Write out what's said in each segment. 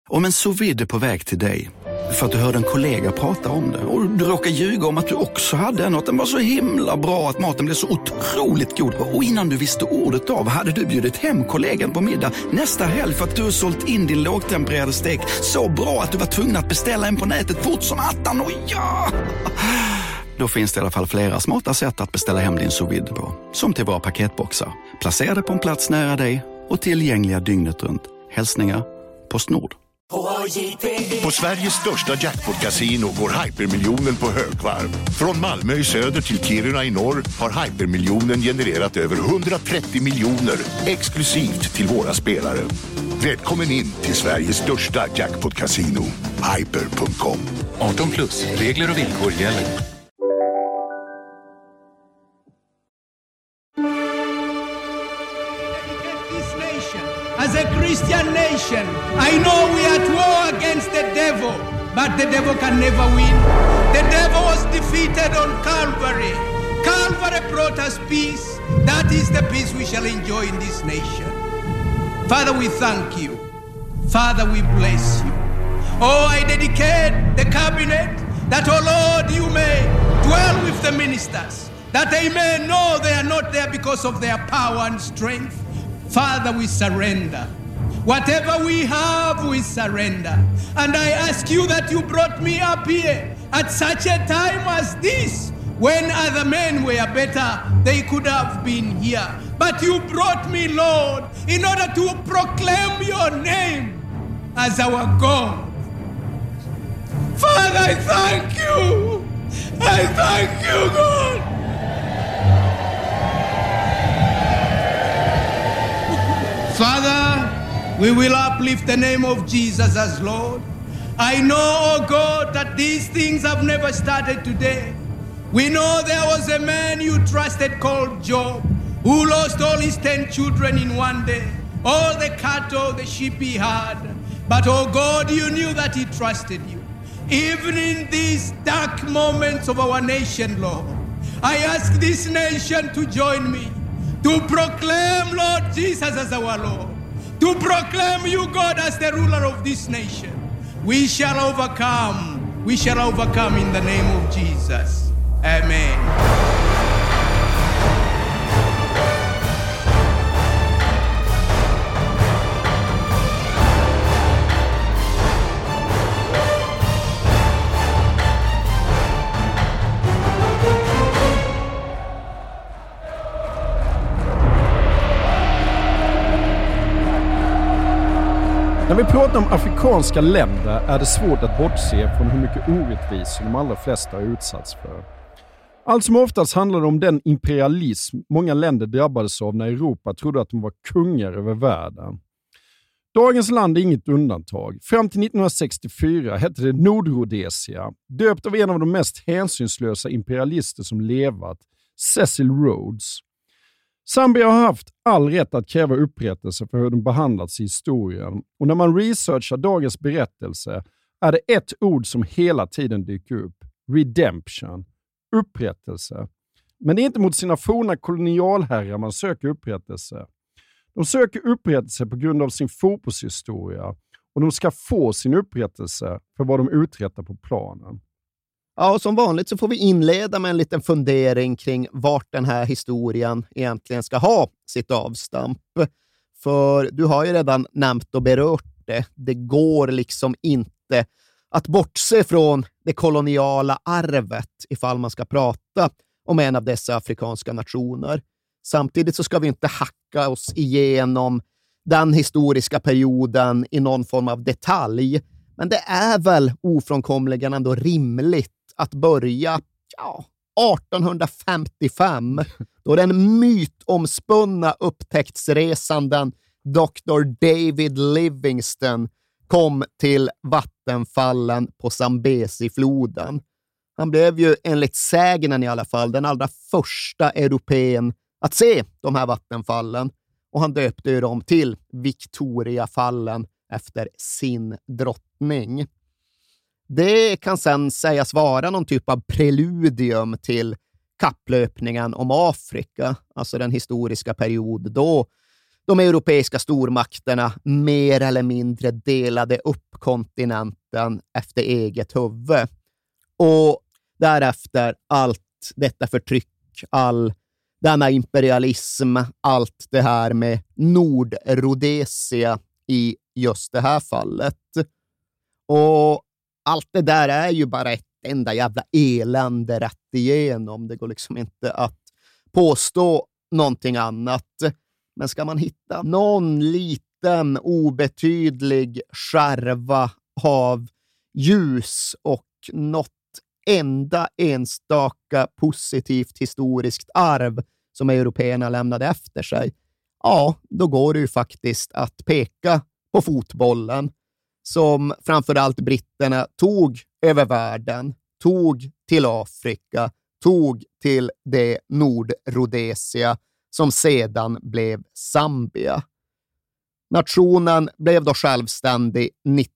Om en sous vide är på väg till dig för att du hörde en kollega prata om det och du råkar ljuga om att du också hade en och att den var så himla bra att maten blev så otroligt god. Och innan du visste ordet av hade du bjudit hem kollegan på middag nästa helg för att du sålt in din lågtempererade stek så bra att du var tvungen att beställa en på nätet fort som attan. Och ja! Då finns det i alla fall flera smarta sätt att beställa hem din sous vide på. Som till våra paketboxar. Placerade på en plats nära dig och tillgängliga dygnet runt. Hälsningar PostNord. På Sveriges största jackpot-casino går hypermiljonen på högvarv. Från Malmö i söder till Kiruna i norr har hypermiljonen genererat över 130 miljoner exklusivt till våra spelare. Välkommen in till Sveriges största jackpot-casino, hyper.com. 18+, regler och villkor gäller. As a Christian nation, I know we are at war against the devil, but the devil can never win. The devil was defeated on Calvary. Calvary brought us peace. That is the peace we shall enjoy in this nation. Father, we thank you. Father, we bless you. Oh, I dedicate the cabinet that, oh Lord, you may dwell with the ministers, that they may know they are not there because of their power and strength. Father, we surrender. Whatever we have, we surrender. And I ask you that you brought me up here at such a time as this, when other men were better, they could have been here. But you brought me, Lord, in order to proclaim your name as our God. Father, I thank you. I thank you, God. Father, we will uplift the name of Jesus as Lord. I know, oh God, that these things have never started today. We know there was a man you trusted called Job, who lost all his 10 children in one day, all the cattle, the sheep he had. But oh God, you knew that he trusted you. Even in these dark moments of our nation, Lord, I ask this nation to join me, to proclaim, Lord Jesus, as our Lord, to proclaim you, God, as the ruler of this nation. We shall overcome. We shall overcome in the name of Jesus. Amen. När vi pratar om afrikanska länder är det svårt att bortse från hur mycket orättvisor de allra flesta har utsatts för. Allt som oftast handlar det om den imperialism många länder drabbades av när Europa trodde att de var kungar över världen. Dagens land är inget undantag. Fram till 1964 hette det Nordrhodesia, döpt av en av de mest hänsynslösa imperialister som levat, Cecil Rhodes. Zambia har haft all rätt att kräva upprättelse för hur de behandlats i historien. Och när man researchar dagens berättelse är det ett ord som hela tiden dyker upp. Redemption. Upprättelse. Men det är inte mot sina forna kolonialherrar man söker upprättelse. De söker upprättelse på grund av sin fotbollshistoria. Och de ska få sin upprättelse för vad de uträttar på planen. Ja, och som vanligt så får vi inleda med en liten fundering kring vart den här historien egentligen ska ha sitt avstamp. För du har ju redan nämnt och berört det. Det går liksom inte att bortse från det koloniala arvet ifall man ska prata om en av dessa afrikanska nationer. Samtidigt så ska vi inte hacka oss igenom den historiska perioden i någon form av detalj. Men det är väl ofrånkomligen ändå rimligt att börja 1855, då den mytomspunna upptäcktsresanden Dr. David Livingstone kom till vattenfallen på Zambezi-floden. Han blev ju enligt sägnen i alla fall den allra första europeen att se de här vattenfallen, och han döpte ju dem till Victoriafallen efter sin drottning. Det kan sedan sägas vara någon typ av preludium till kapplöpningen om Afrika, alltså den historiska period då de europeiska stormakterna mer eller mindre delade upp subkontinenten efter eget huvud. Och därefter allt detta förtryck, all denna imperialism, allt det här med Nordrhodesia i just det här fallet. Och allt det där är ju bara ett enda jävla elände rätt igenom. Det går liksom inte att påstå någonting annat. Men ska man hitta någon liten obetydlig skärva av ljus och något enda enstaka positivt historiskt arv som européerna lämnade efter sig, ja, då går det ju faktiskt att peka på fotbollen som framförallt britterna tog över världen, tog till Afrika, tog till det Nordrhodesia som sedan blev Zambia. Nationen blev då självständig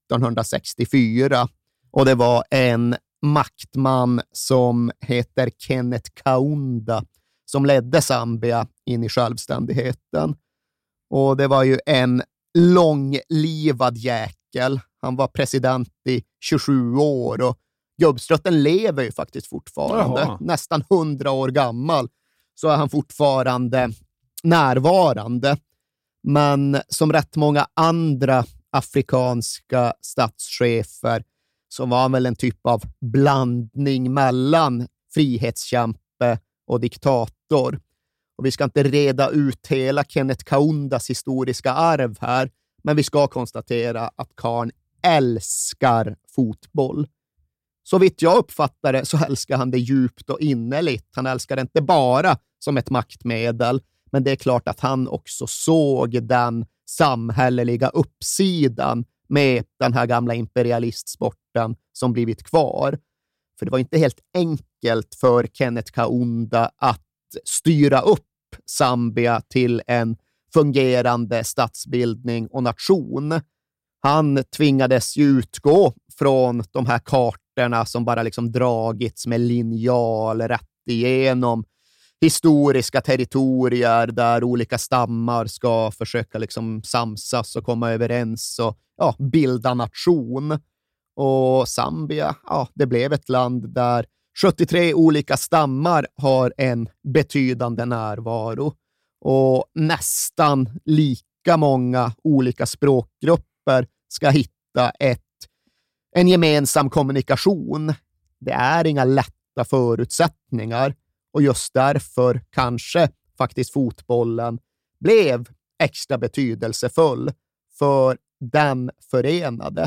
1964 och det var en maktman som heter Kenneth Kaunda som ledde Zambia in i självständigheten. Och det var ju en långlivad jäkel. Han var president i 27 år och gubbstrutten lever ju faktiskt fortfarande. Jaha. Nästan 100 år gammal så är han fortfarande närvarande. Men som rätt många andra afrikanska statschefer så var han väl en typ av blandning mellan frihetskämpe och diktator. Och vi ska inte reda ut hela Kenneth Kaundas historiska arv här, men vi ska konstatera att karln älskar fotboll. Så vitt jag uppfattar det så älskar han det djupt och innerligt. Han älskar det inte bara som ett maktmedel, men det är klart att han också såg den samhälleliga uppsidan med den här gamla imperialistsporten som blivit kvar. För det var inte helt enkelt för Kenneth Kaunda att styra upp Zambia till en fungerande statsbildning och nation. Han tvingades ju utgå från de här kartorna som bara liksom dragits med linjal rätt igenom historiska territorier där olika stammar ska försöka liksom samsas och komma överens och bilda nation. Och Zambia, det blev ett land där 73 olika stammar har en betydande närvaro och nästan lika många olika språkgrupper ska hitta en gemensam kommunikation. Det är inga lätta förutsättningar och just därför kanske faktiskt fotbollen blev extra betydelsefull, för den förenade.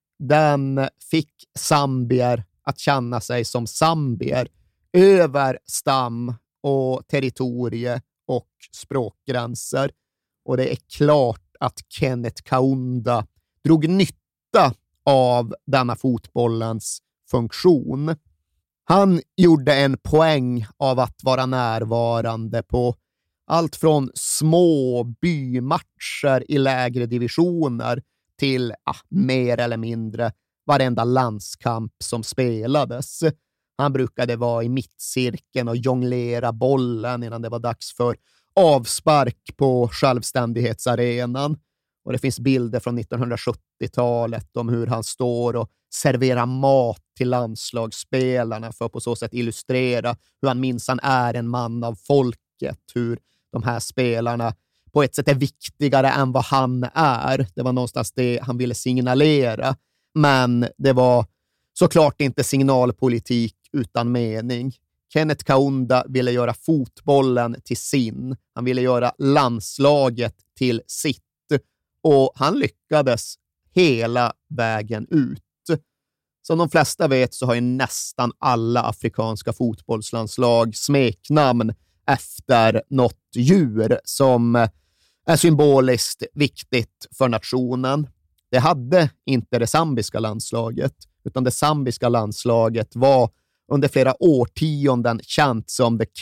Den fick zambier att känna sig som zambier över stam och territorie och språkgränser. Och det är klart att Kenneth Kaunda drog nytta av denna fotbollens funktion. Han gjorde en poäng av att vara närvarande på allt från små bymatcher i lägre divisioner till mer eller mindre varenda landskamp som spelades. Han brukade vara i mittcirkeln och jonglera bollen innan det var dags för avspark på självständighetsarenan. Och det finns bilder från 1970-talet om hur han står och serverar mat till landslagsspelarna för att på så sätt illustrera hur han minsann är en man av folket, hur de här spelarna på ett sätt är viktigare än vad han är. Det var någonstans det han ville signalera. Men det var såklart inte signalpolitik utan mening. Kenneth Kaunda ville göra fotbollen till sin. Han ville göra landslaget till sitt. Och han lyckades hela vägen ut. Som de flesta vet så har ju nästan alla afrikanska fotbollslandslag smeknamn efter något djur som är symboliskt viktigt för nationen. Det hade inte det zambiska landslaget, utan det zambiska landslaget var under flera årtionden känt som the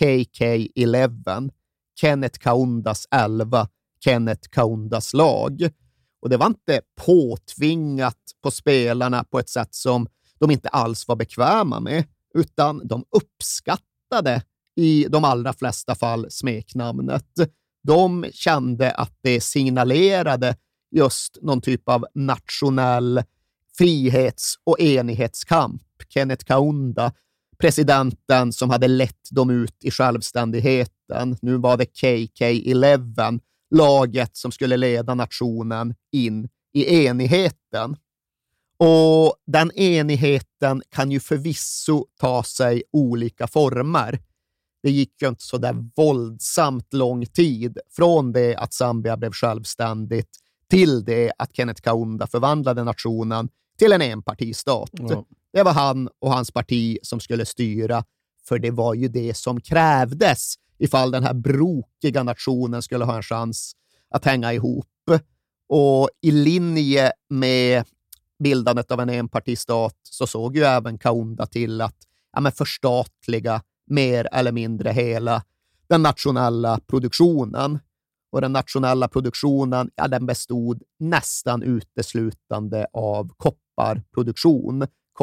KK11, Kenneth Kaundas 11, Kenneth Kaundas lag. Och det var inte påtvingat på spelarna på ett sätt som de inte alls var bekväma med, utan de uppskattade i de allra flesta fall smeknamnet. De kände att det signalerade just någon typ av nationell frihets- och enighetskamp. Kenneth Kaunda, presidenten som hade lett dem ut i självständigheten. Nu var det KK-11, laget som skulle leda nationen in i enigheten. Och den enigheten kan ju förvisso ta sig olika former. Det gick ju inte så där våldsamt lång tid från det att Zambia blev självständigt till det att Kenneth Kaunda förvandlade nationen till en enpartistat. Ja. Det var han och hans parti som skulle styra, för det var ju det som krävdes ifall den här brokiga nationen skulle ha en chans att hänga ihop. Och i linje med bildandet av en enpartistat så såg ju även Kaunda till att förstatliga mer eller mindre hela den nationella produktionen. Och den nationella produktionen, den bestod nästan uteslutande av kopparproduktion,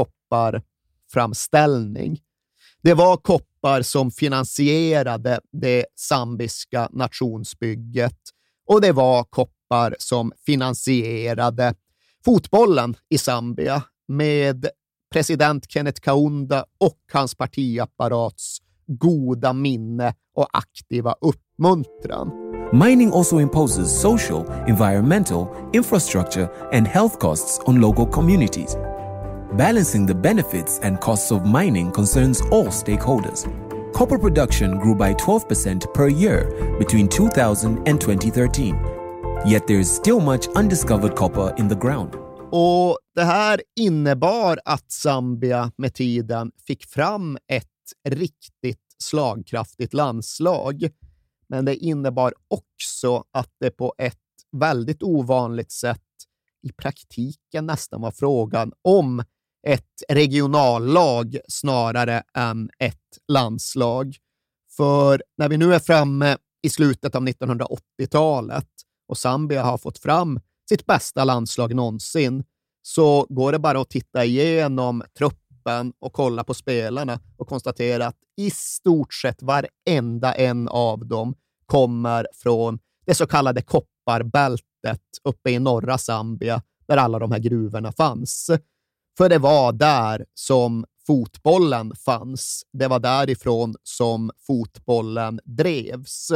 kopparframställning. Det var koppar som finansierade det zambiska nationsbygget och det var koppar som finansierade fotbollen i Zambia med president Kenneth Kaunda och hans partiapparats goda minne och aktiva uppmuntran. Mining also imposes social, environmental, infrastructure, and health costs on local communities. Balancing the benefits and costs of mining concerns all stakeholders. Copper production grew by 12% per year between 2000 and 2013. Yet there is still much undiscovered copper in the ground. Och det här innebar att Zambia med tiden fick fram ett riktigt slagkraftigt landslag. Men det innebar också att det på ett väldigt ovanligt sätt i praktiken nästan var frågan om ett regionallag snarare än ett landslag. För när vi nu är framme i slutet av 1980-talet och Zambia har fått fram sitt bästa landslag någonsin, så går det bara att titta igenom truppen och kolla på spelarna och konstatera att i stort sett varenda en av dem kommer från det så kallade kopparbältet uppe i norra Zambia där alla de här gruvorna fanns. För det var där som fotbollen fanns. Det var därifrån som fotbollen drevs.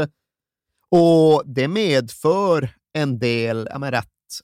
Och det medför en del rätt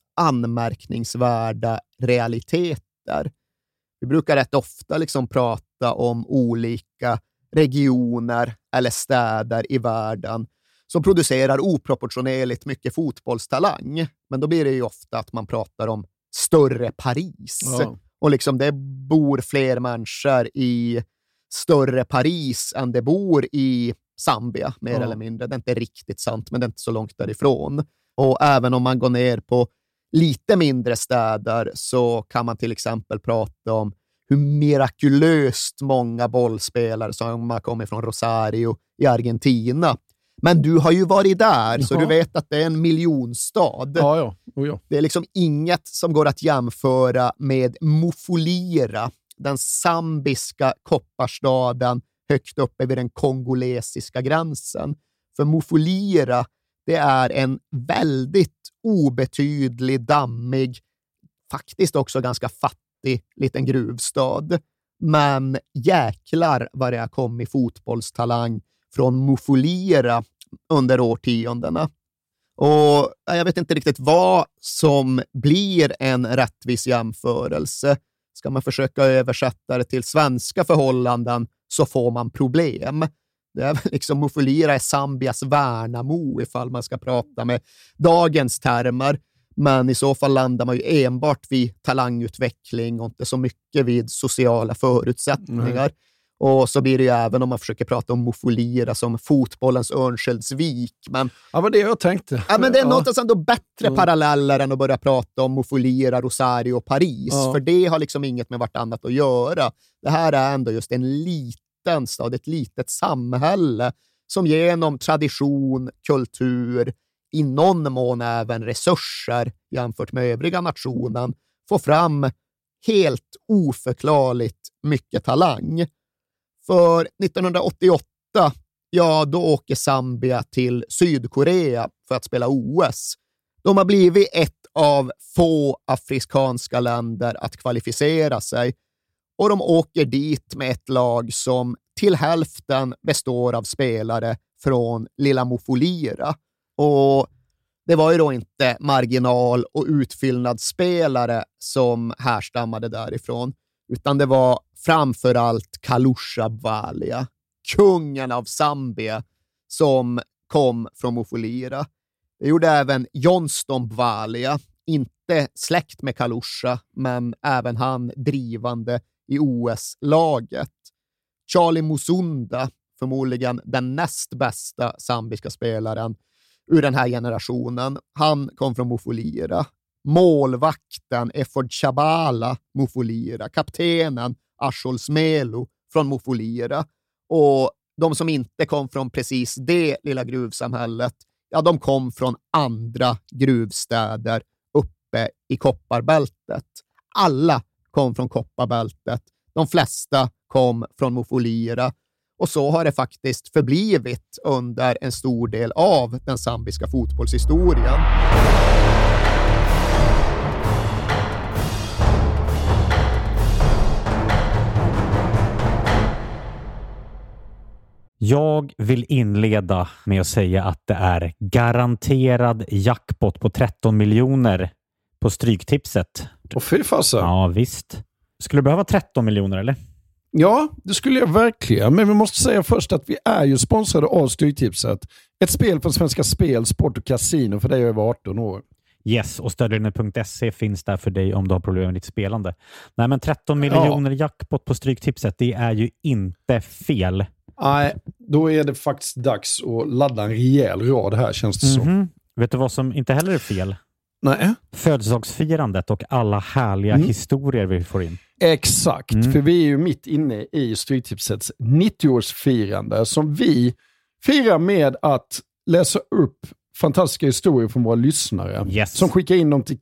anmärkningsvärda realiteter. Vi brukar rätt ofta prata om olika regioner eller städer i världen som producerar oproportionerligt mycket fotbollstalang. Men då blir det ju ofta att man pratar om större Paris. Ja. Och det bor fler människor i större Paris än det bor i Zambia, mer eller mindre. Det är inte riktigt sant, men det är inte så långt därifrån. Och även om man går ner på lite mindre städer så kan man till exempel prata om hur mirakulöst många bollspelare som har kommit från Rosario i Argentina. Men du har ju varit där, så du vet att det är en miljonstad. Ja. Det är inget som går att jämföra med Mufulira, den zambiska kopparstaden högt uppe vid den kongolesiska gränsen. För Mufulira, det är en väldigt obetydlig, dammig, faktiskt också ganska fattig liten gruvstad. Men jäklar vad det har kommit fotbollstalang från Mufulira under årtiondena. Och jag vet inte riktigt vad som blir en rättvis jämförelse. Ska man försöka översätta det till svenska förhållanden så får man problem. Det är Mufulira är Zambias Värnamo ifall man ska prata med dagens termer. Men i så fall landar man ju enbart vid talangutveckling och inte så mycket vid sociala förutsättningar. Och så blir det ju även om man försöker prata om Mufulira som fotbollens Örnsköldsvik. Men, ja, men det jag tänkte. Ja, men det är något ändå bättre paralleller än att börja prata om Mufulira, Rosario och Paris. Ja. För det har inget med vartannat att göra. Det här är ändå just en liten stad, ett litet samhälle som genom tradition, kultur, i någon mån även resurser jämfört med övriga nationen får fram helt oförklarligt mycket talang. För 1988, då åker Zambia till Sydkorea för att spela OS. De har blivit ett av få afrikanska länder att kvalificera sig och de åker dit med ett lag som till hälften består av spelare från Lilla Mufulira. Och det var ju då inte marginal- och utfyllnadsspelare som härstammade därifrån, utan det var framförallt Kalusha Bwalia, kungen av Zambia, som kom från Mufulira. Det gjorde även Johnston Bwalia, inte släkt med Kalusha, men även han drivande i OS-laget. Charlie Musunda, förmodligen den näst bästa zambiska spelaren ur den här generationen, han kom från Mufulira. Målvakten Efford Chabala, Mufulira. Kaptenen Ashol Smelo från Mufulira. Och de som inte kom från precis det lilla gruvsamhället, ja, de kom från andra gruvstäder uppe i kopparbältet. Alla kom från kopparbältet. De flesta kom från Mufulira. Och så har det faktiskt förblivit under en stor del av den zambiska fotbollshistorien. Jag vill inleda med att säga att det är garanterad jackpot på 13 miljoner på Stryktipset. Och fy fasen. Ja, visst. Skulle du behöva 13 miljoner eller? Ja, det skulle jag verkligen. Men vi måste säga först att vi är ju sponsrade av Stryktipset. Ett spel från Svenska Spel, Sport och Casino för dig över 18 år. Yes, och stödlinjen.se finns där för dig om du har problem med ditt spelande. Nej, men 13 miljoner jackpot på Stryktipset, det är ju inte fel. Nej, då är det faktiskt dags att ladda en rejäl rad här, känns det som. Vet du vad som inte heller är fel? Nej. Födelsedagsfirandet och alla härliga historier vi får in. Exakt, för vi är ju mitt inne i Stryktipsets 90-årsfirande som vi firar med att läsa upp fantastiska historier från våra lyssnare som skickar in dem till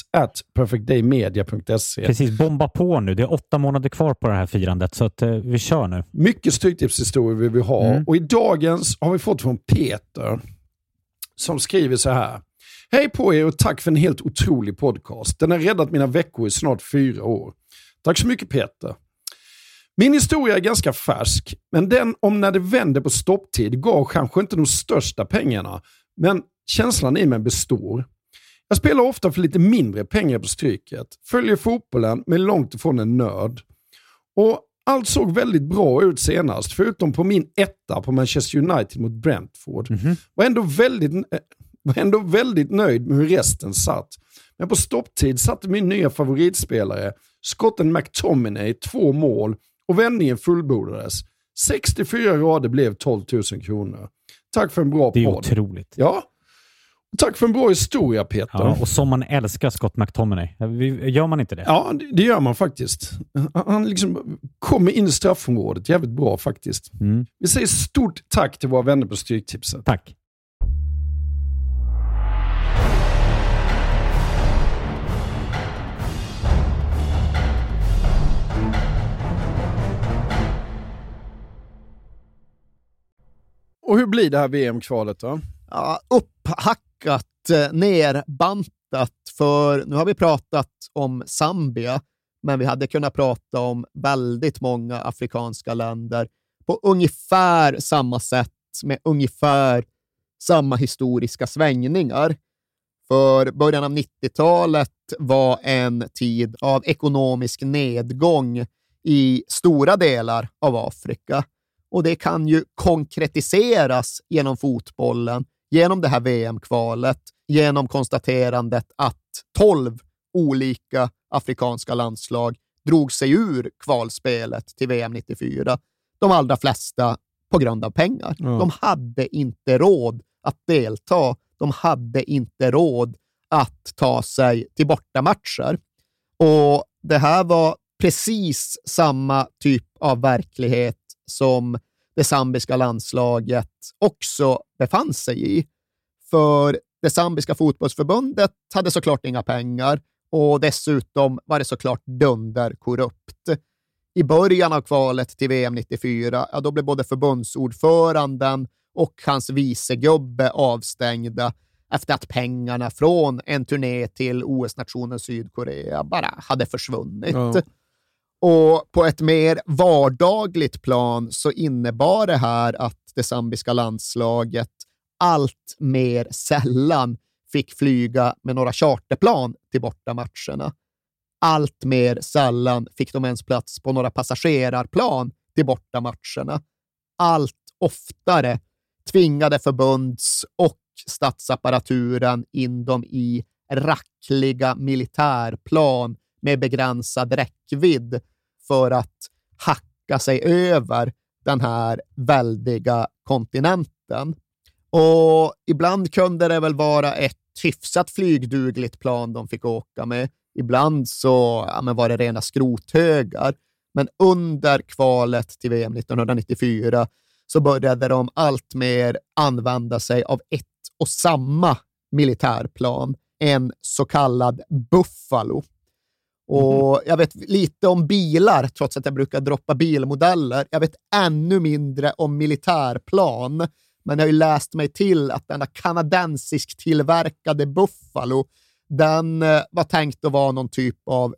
kings@perfectdaymedia.se. Precis, bomba på nu. Det är 8 månader kvar på det här firandet så att vi kör nu. Mycket Stryktipshistorier vill vi ha. Och i dagens har vi fått från Peter som skriver så här. Hej på er och tack för en helt otrolig podcast. Den har räddat mina veckor i snart 4 år. Tack så mycket Peter. Min historia är ganska färsk, men den om när det vände på stopptid gav kanske inte de största pengarna, men känslan i mig består. Jag spelar ofta för lite mindre pengar på Stryket, följer fotbollen men långt ifrån en nörd. Och allt såg väldigt bra ut senast, förutom på min etta på Manchester United mot Brentford. Var ändå väldigt nöjd med hur resten satt. Men på stopptid satte min nya favoritspelare, skotten McTominay, 2 mål och vändningen fullbordades. 64 rader blev 12 000 kronor. Tack för en bra podd. Det är otroligt. Ja. Tack för en bra historia, Peter. Ja, och som man älskar Scott McTominay. Gör man inte det? Ja, det gör man faktiskt. Han liksom kommer in i straffområdet jävligt bra faktiskt. Vi säger stort tack till våra vänner på Stryktipset. Tack. Och hur blir det här VM-kvalet då? Ja, upphackat, nerbantat, för nu har vi pratat om Zambia, men vi hade kunnat prata om väldigt många afrikanska länder på ungefär samma sätt med ungefär samma historiska svängningar. För början av 90-talet var en tid av ekonomisk nedgång i stora delar av Afrika. Och det kan ju konkretiseras genom fotbollen, genom det här VM-kvalet, genom konstaterandet att 12 olika afrikanska landslag drog sig ur kvalspelet till VM 94. De allra flesta på grund av pengar. De hade inte råd att delta. De hade inte råd att ta sig till bortamatcher. Och det här var precis samma typ av verklighet som det zambiska landslaget också befann sig i. För det zambiska fotbollsförbundet hade såklart inga pengar och dessutom var det såklart dunderkorrupt. I början av kvalet till VM 94, ja, då blev både förbundsordföranden och hans vicegubbe avstängda. efter att pengarna från en turné till OS-nationen Sydkorea bara hade försvunnit. Ja. Och på ett mer vardagligt plan så innebar det här att det zambiska landslaget allt mer sällan fick flyga med några charterplan till bortamatcherna. Allt mer sällan fick de ens plats på några passagerarplan till bortamatcherna. Allt oftare tvingade förbunds- och statsapparaturen in dem i rackliga militärplan med begränsad räckvidd för att hacka sig över den här väldiga kontinenten. Och ibland kunde det väl vara ett hyfsat flygdugligt plan de fick åka med. Ibland så var det rena skrothögar. Men under kvalet till VM 1994 så började de allt mer använda sig av ett och samma militärplan, en så kallad Buffalo. Och jag vet lite om bilar, trots att jag brukar droppa bilmodeller. Jag vet ännu mindre om militärplan, men jag har ju läst mig till att denna kanadensisk tillverkade Buffalo, den var tänkt att vara någon typ av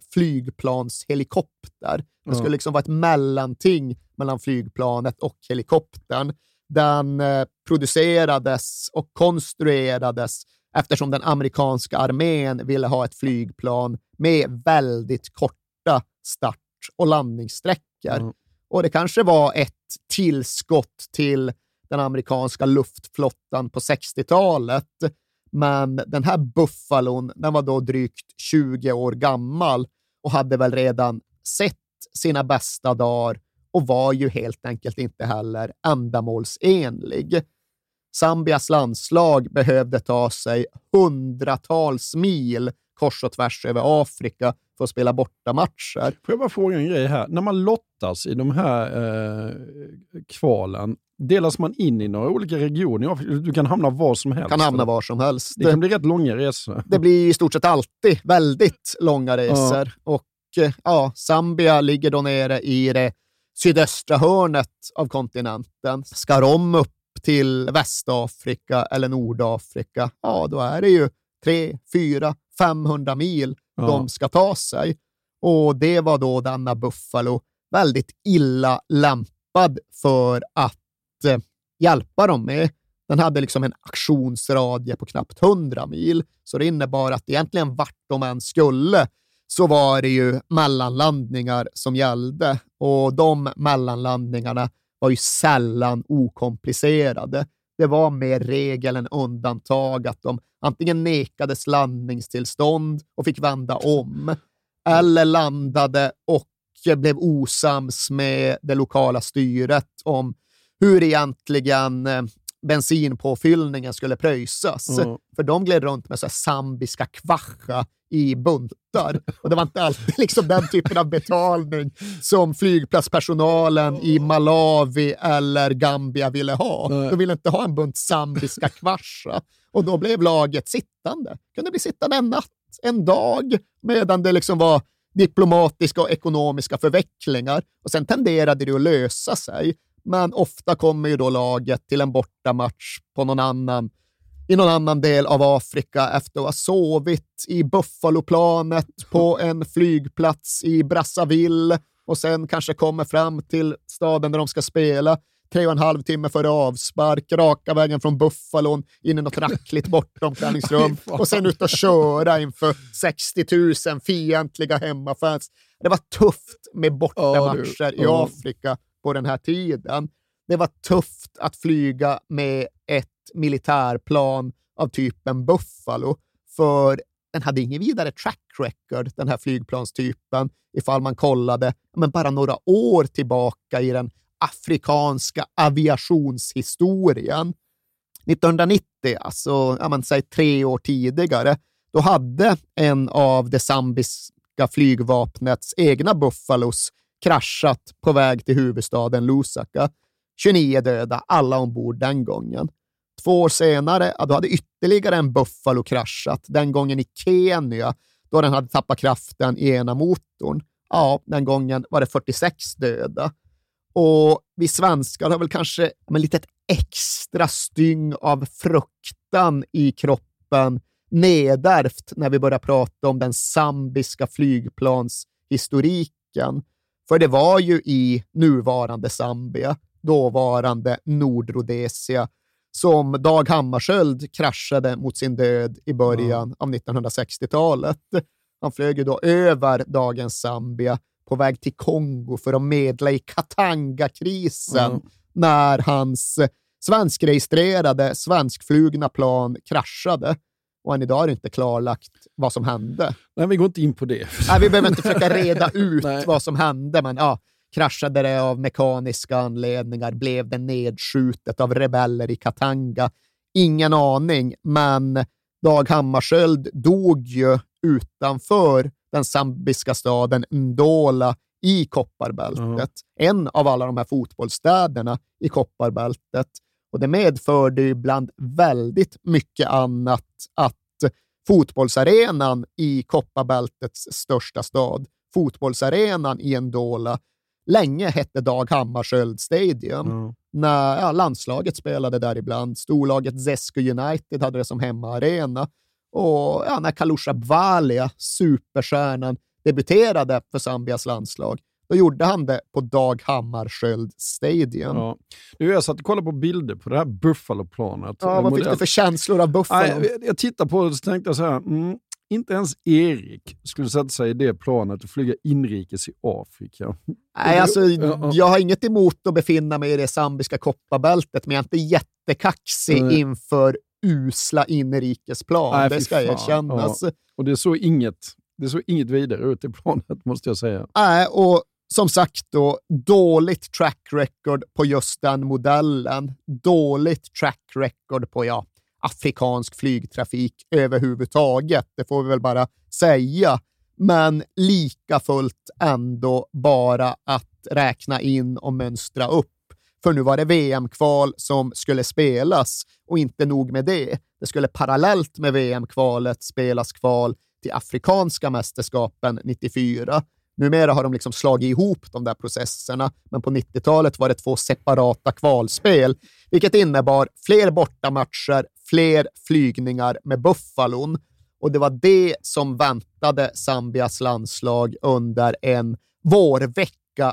flygplanshelikopter. Det skulle liksom vara ett mellanting mellan flygplanet och helikoptern. Den producerades och konstruerades eftersom den amerikanska armén ville ha ett flygplan med väldigt korta start- och landningssträckor. Och det kanske var ett tillskott till den amerikanska luftflottan på 60-talet. Men den här Buffalon, den var då drygt 20 år gammal och hade väl redan sett sina bästa dagar och var ju helt enkelt inte heller ändamålsenlig. Zambias landslag behövde ta sig hundratals mil kors och tvärs över Afrika för att spela bortamatcher. Får jag bara fråga en grej här? När man lottas i de här kvalen, delas man in i några olika regioner? Du kan hamna var som helst. Kan hamna var som helst. Det kan bli rätt långa resor. Det blir i stort sett alltid väldigt långa resor. Ja. Och Zambia ligger då nere i det sydöstra hörnet av kontinenten. Ska de upp till Västafrika eller Nordafrika, då är det ju 3, 4, 500 mil de ska ta sig. Och det var då denna Buffalo väldigt illa lämpad för att hjälpa dem med. Den hade liksom en aktionsradie på knappt 100 mil. Så det innebar att egentligen vart de än skulle så var det ju mellanlandningar som gällde. Och de mellanlandningarna var ju sällan okomplicerade. Det var mer regel än undantag att de antingen nekades landningstillstånd och fick vända om, eller landade och blev osams med det lokala styret om hur egentligen bensinpåfyllningen skulle pröjsas. För de gled runt med så här zambiska kvacha i buntar. Och det var inte alltid liksom den typen av betalning som flygplatspersonalen i Malawi eller Gambia ville ha. De ville inte ha en bunt zambiska kvacha. Och då blev laget sittande. Kunde bli sittande en natt, en dag, medan det liksom var diplomatiska och ekonomiska förvecklingar. Och sen tenderade det att lösa sig. Men ofta kommer ju då laget till en bortamatch på i någon annan del av Afrika efter att ha sovit i Buffaloplanet på en flygplats i Brazzaville och sen kanske kommer fram till staden där de ska spela 3,5 timme före avspark, raka vägen från Buffalon in i något rackligt bortomklädningsrum och sen ut och köra inför 60 000 fientliga hemmafans. Det var tufft med bortamatcher i Afrika på den här tiden. Det var tufft att flyga med ett militärplan av typen Buffalo, för den hade ingen vidare track record, den här flygplanstypen, ifall man kollade bara några år tillbaka i den afrikanska aviationshistorien. 1990, alltså säg 3 år tidigare, då hade en av det zambiska flygvapnets egna Buffalos kraschat på väg till huvudstaden Lusaka. 29 döda, alla ombord den gången. 2 år senare, då hade ytterligare en Buffalo kraschat, den gången i Kenya, då den hade tappat kraften i ena motorn. Den gången var det 46 döda. Och vi svenskar har väl kanske ett litet extra styng av fruktan i kroppen gruppen nedärvt när vi börjar prata om den zambiska flygplanshistoriken. För det var ju i nuvarande Zambia, dåvarande Nordrhodesia, som Dag Hammarskjöld kraschade mot sin död i början av 1960-talet. Han flög ju då över dagens Zambia på väg till Kongo för att medla i Katanga-krisen när hans svenskregistrerade, svenskflugna plan kraschade. Och än idag är det inte klarlagt vad som hände. Nej, vi går inte in på det. Nej, vi behöver inte försöka reda ut vad som hände, men kraschade det av mekaniska anledningar? Blev det nedskjutet av rebeller i Katanga? Ingen aning, men Dag Hammarskjöld dog ju utanför den zambiska staden Ndola i Kopparbältet. En av alla de här fotbollsstäderna i Kopparbältet. Och det medförde ju bland väldigt mycket annat att fotbollsarenan i Kopparbältets största stad, fotbollsarenan i Ndola, länge hette Dag Hammarskjöld Stadium. När landslaget spelade där ibland. Storlaget Zesco United hade det som hemmaarena. Och när Kalusha Bvalia, superstjärnan, debuterade för Zambias landslag, då gjorde han det på Dag Hammarskjöld Stadium. Ja. Jag satt och kollade på bilder på det här Buffalo-planet. Ja, vad fick du för känslor av Buffalo? Jag tittade på det och så tänkte jag så här, inte ens Erik skulle sätta sig i det planet och flyga inrikes i Afrika. Nej, alltså, jag har inget emot att befinna mig i det zambiska Kopparbältet, men jag är inte jättekaxig inför usla inrikesplan. Nej, det ska erkännas. Ja. Och det såg inget vidare ut i planet, måste jag säga. Nej, och som sagt då, dåligt track record på just den modellen. Dåligt track record på afrikansk flygtrafik överhuvudtaget. Det får vi väl bara säga. Men lika fullt ändå bara att räkna in och mönstra upp. För nu var det VM-kval som skulle spelas, och inte nog med det. Det skulle parallellt med VM-kvalet spelas kval till afrikanska mästerskapen 94. Numera har de liksom slagit ihop de där processerna, men på 90-talet var det 2 separata kvalspel, vilket innebar fler bortamatcher, fler flygningar med Buffalon. Och det var det som väntade Zambias landslag under en vårvecka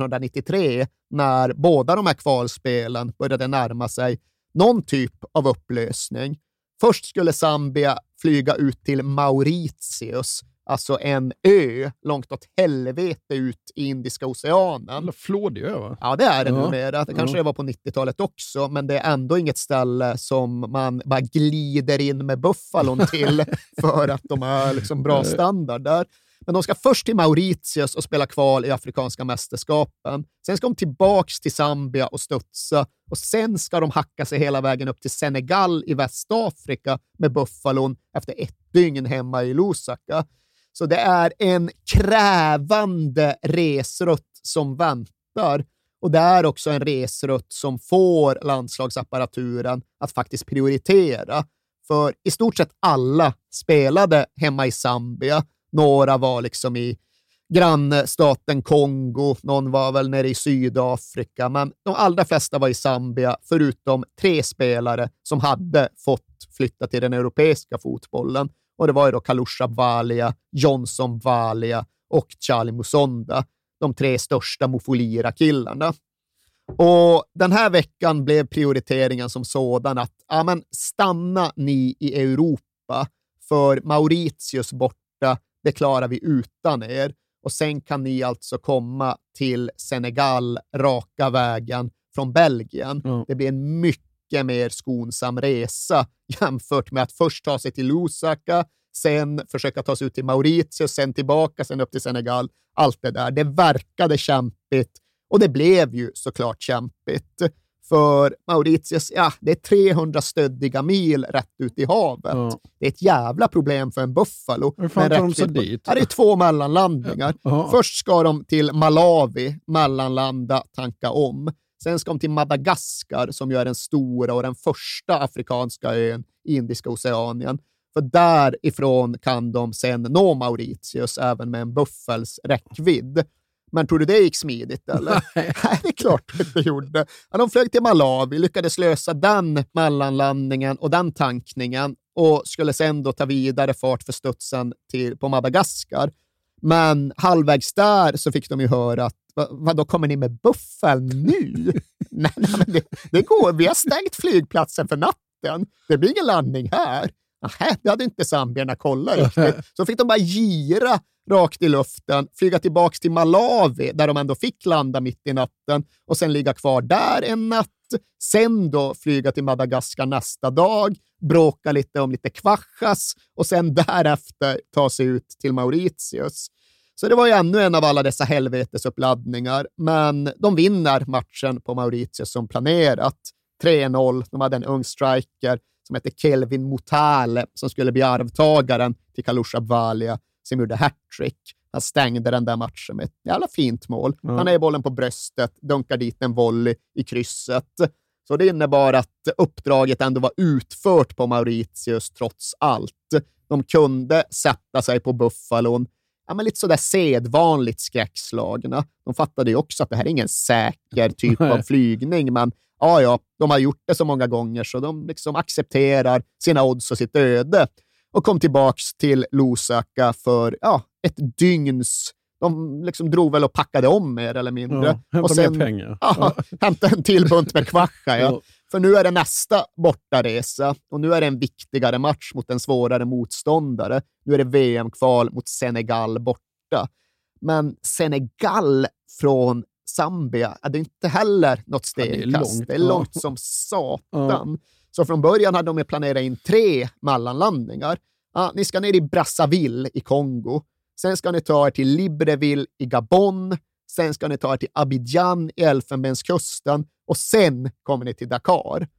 1993, när båda de här kvalspelen började närma sig någon typ av upplösning. Först skulle Zambia flyga ut till Mauritius, alltså en ö långt åt helvete ut i Indiska oceanen. Eller flådig ö, va? Ja, det är det numera. Det kanske det var på 90-talet också, men det är ändå inget ställe som man bara glider in med Buffalon till för att de har liksom bra standard där. Men de ska först till Mauritius och spela kval i afrikanska mästerskapen. Sen ska de tillbaks till Zambia och studsa. Och sen ska de hacka sig hela vägen upp till Senegal i Västafrika med Buffalon efter 1 dygn hemma i Lusaka. Så det är en krävande resrutt som väntar. Och det är också en resrutt som får landslagsapparaturen att faktiskt prioritera. För i stort sett alla spelade hemma i Zambia. Några var liksom i grannstaten Kongo, någon var väl nere i Sydafrika, men de allra flesta var i Zambia, förutom 3 spelare som hade fått flytta till den europeiska fotbollen. Och det var ju då Kalusha Bvalia, Johnson Bvalia och Charlie Musonda, de 3 största Mufulira-killarna. Och den här veckan blev prioriteringen som sådan att stanna ni i Europa, för Mauritius borta, det klarar vi utan er. Och sen kan ni alltså komma till Senegal raka vägen från Belgien. Det blir en mycket mer skonsam resa jämfört med att först ta sig till Lusaka, sen försöka ta sig ut till Mauritius, sen tillbaka, sen upp till Senegal. Allt det där. Det verkade kämpigt, och det blev ju såklart kämpigt. För Mauritius, det är 300 stöddiga mil rätt ut i havet. Det är ett jävla problem för en Buffalo. Hur fan tar de sig dit? Det är 2 mellanlandningar. Först ska de till Malawi, mellanlanda, tanka om. Sen ska de till Madagaskar, som ju är den stora och den första afrikanska ön i Indiska oceanen. För därifrån kan de sen nå Mauritius även med en buffels räckvidd. Men tror du det gick smidigt, eller? Nej, det är klart att det gjorde. Ja, de flög till Malawi, lyckades lösa den mellanlandningen och den tankningen. och skulle sen då ta vidare fart för studsen på Madagaskar. Men halvvägs där så fick de ju höra att vad då kommer ni med buffel nu? nej, men det går. Vi har stängt flygplatsen för natten. Det blir ingen landning här. Nähä, det hade inte zambierna kollat riktigt. Så fick de bara gira rakt i luften, flyga tillbaka till Malawi där de ändå fick landa mitt i natten och sen ligga kvar där en natt. Sen då flyga till Madagaskar nästa dag, bråka lite om lite kvaschas och sen därefter ta sig ut till Mauritius. Så det var ju ännu en av alla dessa helvetesuppladdningar, men de vinner matchen på Mauritius som planerat. 3-0. De hade en ung striker som heter Kelvin Mutale som skulle bli arvtagaren till Kalusha Bwalia som gjorde hattrick. Han stängde den där matchen med ett jävla fint mål. Han är bollen på bröstet, dunkar dit en volley i krysset. Så det innebar att uppdraget ändå var utfört på Mauritius trots allt. De kunde sätta sig på buffalon. Ja, men lite sådär sedvanligt skräckslagna. De fattade ju också att det här är ingen säker typ av flygning, men ja, de har gjort det så många gånger så de liksom accepterar sina odds och sitt öde och kom tillbaks till Lusaka för ett dygns. De liksom drog väl och packade om mer eller mindre. Hämta mer pengar. Hämta en till bunt med kvascha. För nu är det nästa bortaresa och nu är det en viktigare match mot en svårare motståndare. Nu är det VM-kval mot Senegal borta. Men Senegal från Zambia är det inte heller något stegkast. Det är långt som satan. Så från början hade de planerat in 3 mellanlandningar. Ni ska ner i Brazzaville i Kongo. Sen ska ni ta er till Libreville i Gabon. Sen ska ni ta er till Abidjan i Elfenbenskusten. Och sen kommer ni till Dakar.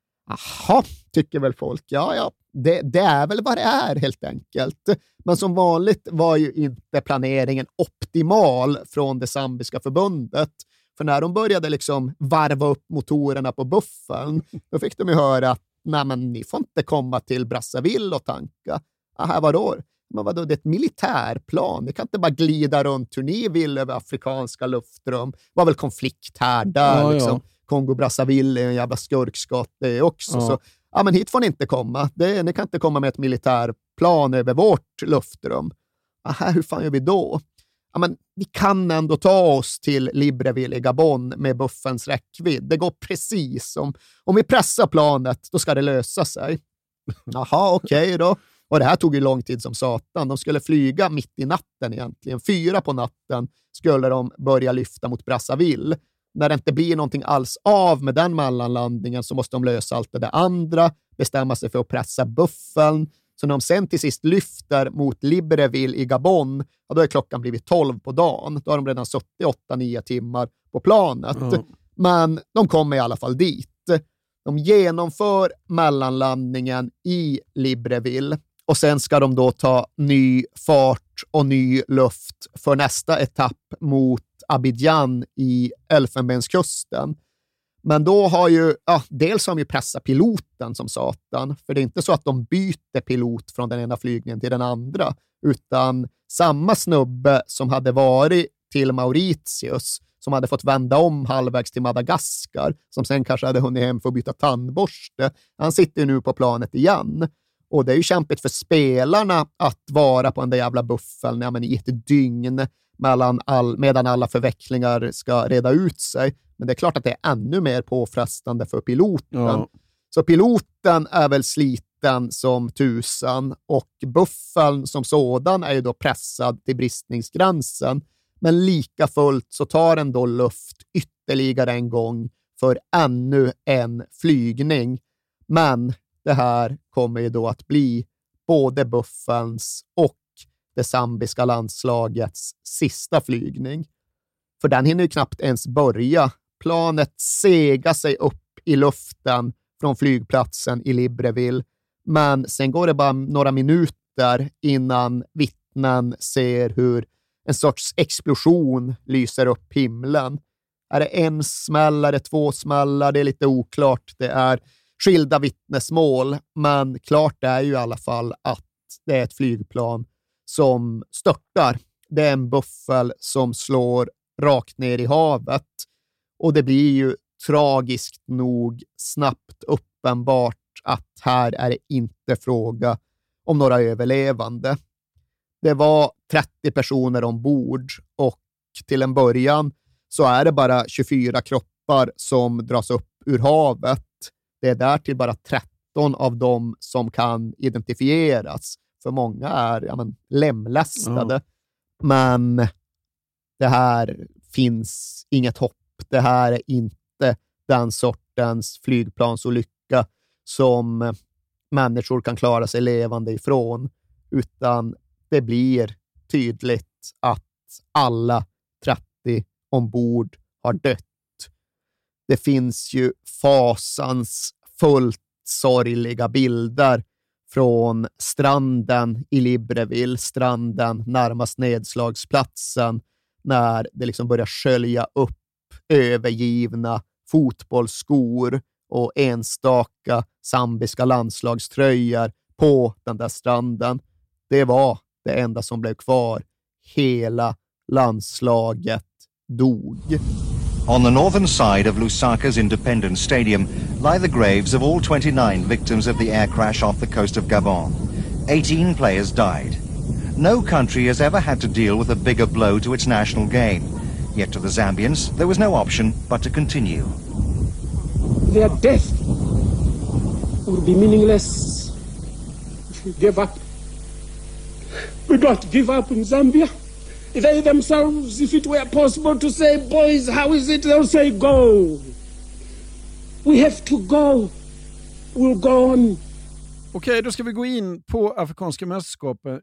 Aha, tycker väl folk. Ja, det är väl vad det är helt enkelt. Men som vanligt var ju inte planeringen optimal från det zambiska förbundet. För när de började liksom varva upp motorerna på buffen, då fick de ju höra att nej, men ni får inte komma till Brazzaville och tanka. Aha, vadå? Men vadå, det är ett militärplan. Ni kan inte bara glida runt hur ni vill över afrikanska luftrum. Det var väl konflikt här, där liksom. Kongo-Brazzaville är en jävla skurkskott det också. Så, men hit får ni inte komma. Ni kan inte komma med ett militärplan över vårt luftrum. Aha, hur fan gör vi då? Men vi kan ändå ta oss till Libreville i Gabon med buffens räckvidd. Det går precis. Om vi pressar planet, då ska det lösa sig. Jaha, okej då. Och det här tog ju lång tid som satan. De skulle flyga mitt i natten egentligen. 4 på natten skulle de börja lyfta mot Brazzaville. När det inte blir någonting alls av med den mellanlandningen så måste de lösa allt det där andra. Bestämma sig för att pressa buffeln. Så när de sen till sist lyfter mot Libreville i Gabon, då är klockan blivit 12 på dagen. Då har de redan suttit 8-9 timmar på planet. Men de kommer i alla fall dit. De genomför mellanlandningen i Libreville. Och sen ska de då ta ny fart och ny luft för nästa etapp mot Abidjan i Elfenbenskusten. Men då har ju, dels har de ju pressat piloten som satan. För det är inte så att de byter pilot från den ena flygningen till den andra. Utan samma snubbe som hade varit till Mauritius, som hade fått vända om halvvägs till Madagaskar, som sen kanske hade hunnit hem för att byta tandborste. Han sitter nu på planet igen. Och det är ju kämpigt för spelarna att vara på den där jävla buffeln i ett dygn medan alla förvecklingar ska reda ut sig. Men det är klart att det är ännu mer påfrestande för piloten. Så piloten är väl sliten som tusan och buffeln som sådan är ju då pressad till bristningsgränsen. Men lika fullt så tar den då luft ytterligare en gång för ännu en flygning. Men det här kommer ju då att bli både buffelns och det zambiska landslagets sista flygning. För den hinner ju knappt ens börja. Planet segar sig upp i luften från flygplatsen i Libreville. Men sen går det bara några minuter innan vittnen ser hur en sorts explosion lyser upp himlen. Är det en smäll, är det 2 smällar? Det är lite oklart. Det är skilda vittnesmål, men klart är ju i alla fall att det är ett flygplan som störtar. Det är en buffel som slår rakt ner i havet och det blir ju tragiskt nog snabbt uppenbart att här är det inte fråga om några överlevande. Det var 30 personer ombord och till en början så är det bara 24 kroppar som dras upp ur havet. Det är därtill bara 13 av dem som kan identifieras. För många är lemlästade. Men det här finns inget hopp. Det här är inte den sortens flygplansolycka som människor kan klara sig levande ifrån. Utan det blir tydligt att alla 30 ombord har dött. Det finns ju fasansfullt sorgliga bilder från stranden i Libreville, stranden närmast nedslagsplatsen, när det liksom börjar skölja upp övergivna fotbollsskor och enstaka zambiska landslagströjor på den där stranden. Det var det enda som blev kvar. Hela landslaget dog. On the northern side of Lusaka's Independence Stadium lie the graves of all 29 victims of the air crash off the coast of Gabon. 18 players died. No country has ever had to deal with a bigger blow to its national game. Yet to the Zambians, there was no option but to continue. Their death would be meaningless if we gave up. We don't give up in Zambia. They themselves, if it were possible to say, boys, how is it? They'll say, go. We have to go. We'll go on. Okej, då ska vi gå in på Afrikanska mästerskapen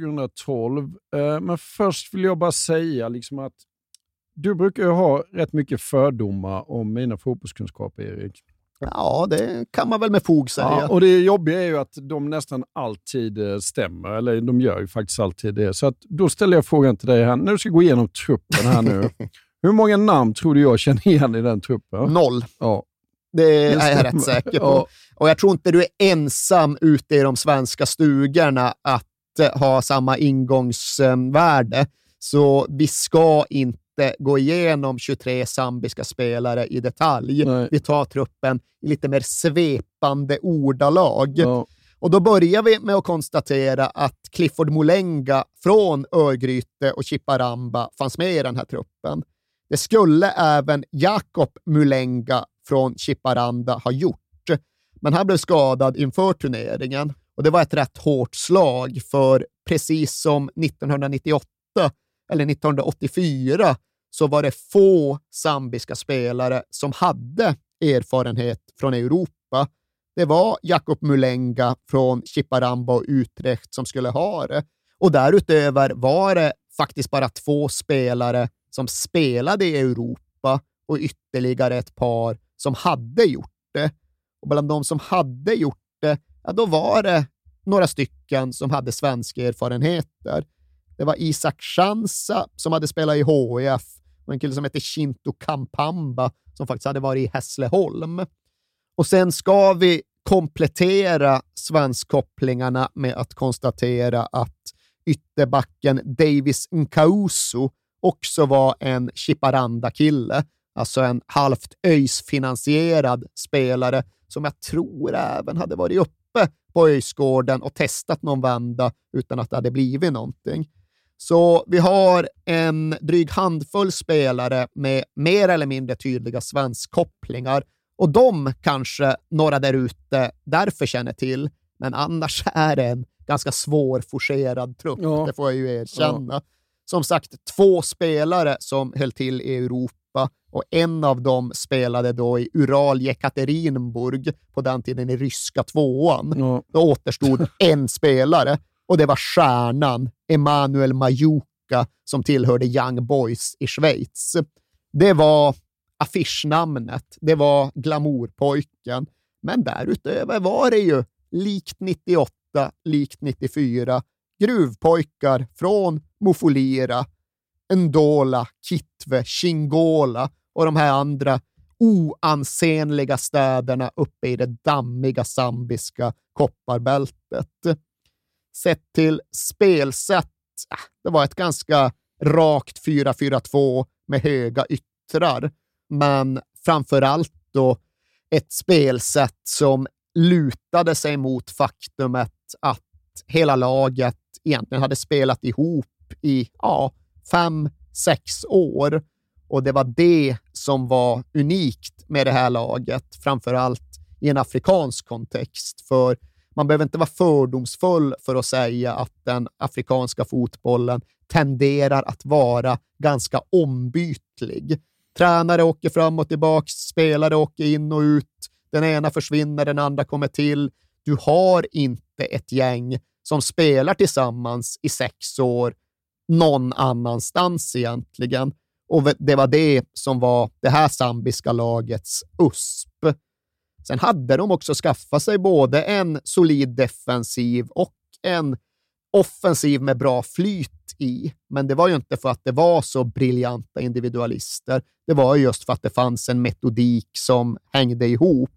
2012. Men först vill jag bara säga liksom att du brukar ju ha rätt mycket fördomar om mina fotbollskunskaper, Erik. Ja, det kan man väl med fog säga. Ja, och det jobbiga är ju att de nästan alltid stämmer, eller de gör ju faktiskt alltid det. Så att då ställer jag frågan till dig här, när du ska gå igenom truppen här nu. Hur många namn tror du jag känner igen i den truppen? 0. Ja. Det är jag rätt säker på. Ja. Och jag tror inte du är ensam ute i de svenska stugorna att ha samma ingångsvärde. Så vi ska inte gå igenom 23 zambiska spelare i detalj. Nej. Vi tar truppen i lite mer svepande ordalag. Ja. Och då börjar vi med att konstatera att Clifford Mulenga från Örgryte och Chiparamba fanns med i den här truppen. Det skulle även Jakob Mulenga från Chiparanda ha gjort. Men han blev skadad inför turneringen. Och det var ett rätt hårt slag, för precis som 1998 eller 1984 så var det få zambiska spelare som hade erfarenhet från Europa. Det var Jakob Mulenga från Chiparamba och Utrecht som skulle ha det. Och därutöver var det faktiskt bara 2 spelare som spelade i Europa och ytterligare ett par som hade gjort det. Och bland de som hade gjort det, ja, då var det några stycken som hade svenska erfarenheter. Det var Isak Chansa som hade spelat i HIF och en kille som heter Shinto Kampamba som faktiskt hade varit i Hässleholm. Och sen ska vi komplettera svenskkopplingarna med att konstatera att ytterbacken Davis Nkausu också var en Chiparanda-kille, alltså en halvt ÖIS-finansierad spelare som jag tror även hade varit uppe på ÖIS-gården och testat någon vända utan att det hade blivit någonting. Så vi har en dryg handfull spelare med mer eller mindre tydliga svenskkopplingar, och de kanske några där ute därför känner till, men annars är det en ganska svårforcerad trupp, ja. Det får jag ju erkänna. Ja. Som sagt, 2 spelare som höll till i Europa, och en av dem spelade då i Ural Jekaterinburg, på den tiden i ryska 2:an. Ja. Då återstod en spelare, och det var stjärnan Emanuel Majuka som tillhörde Young Boys i Schweiz. Det var affischnamnet, det var glamourpojken, men därutöver var det ju likt 98, likt 94 gruvpojkar från Mufulira, Ndola, Kitwe, Chingola och de här andra oansenliga städerna uppe i det dammiga zambiska kopparbältet. Sett till spelsätt, det var ett ganska rakt 4-4-2 med höga yttrar, men framförallt då ett spelsätt som lutade sig mot faktumet att hela laget egentligen hade spelat ihop i 5-6 år. Och det var det som var unikt med det här laget, framförallt i en afrikansk kontext. För man behöver inte vara fördomsfull för att säga att den afrikanska fotbollen tenderar att vara ganska ombytlig. Tränare åker fram och tillbaka, spelare åker in och ut. Den ena försvinner, den andra kommer till. Du har inte ett gäng som spelar tillsammans i 6 år någon annanstans egentligen. Och det var det som var det här zambiska lagets USP. Sen hade de också skaffat sig både en solid defensiv och en offensiv med bra flyt i. Men det var ju inte för att det var så briljanta individualister. Det var just för att det fanns en metodik som hängde ihop.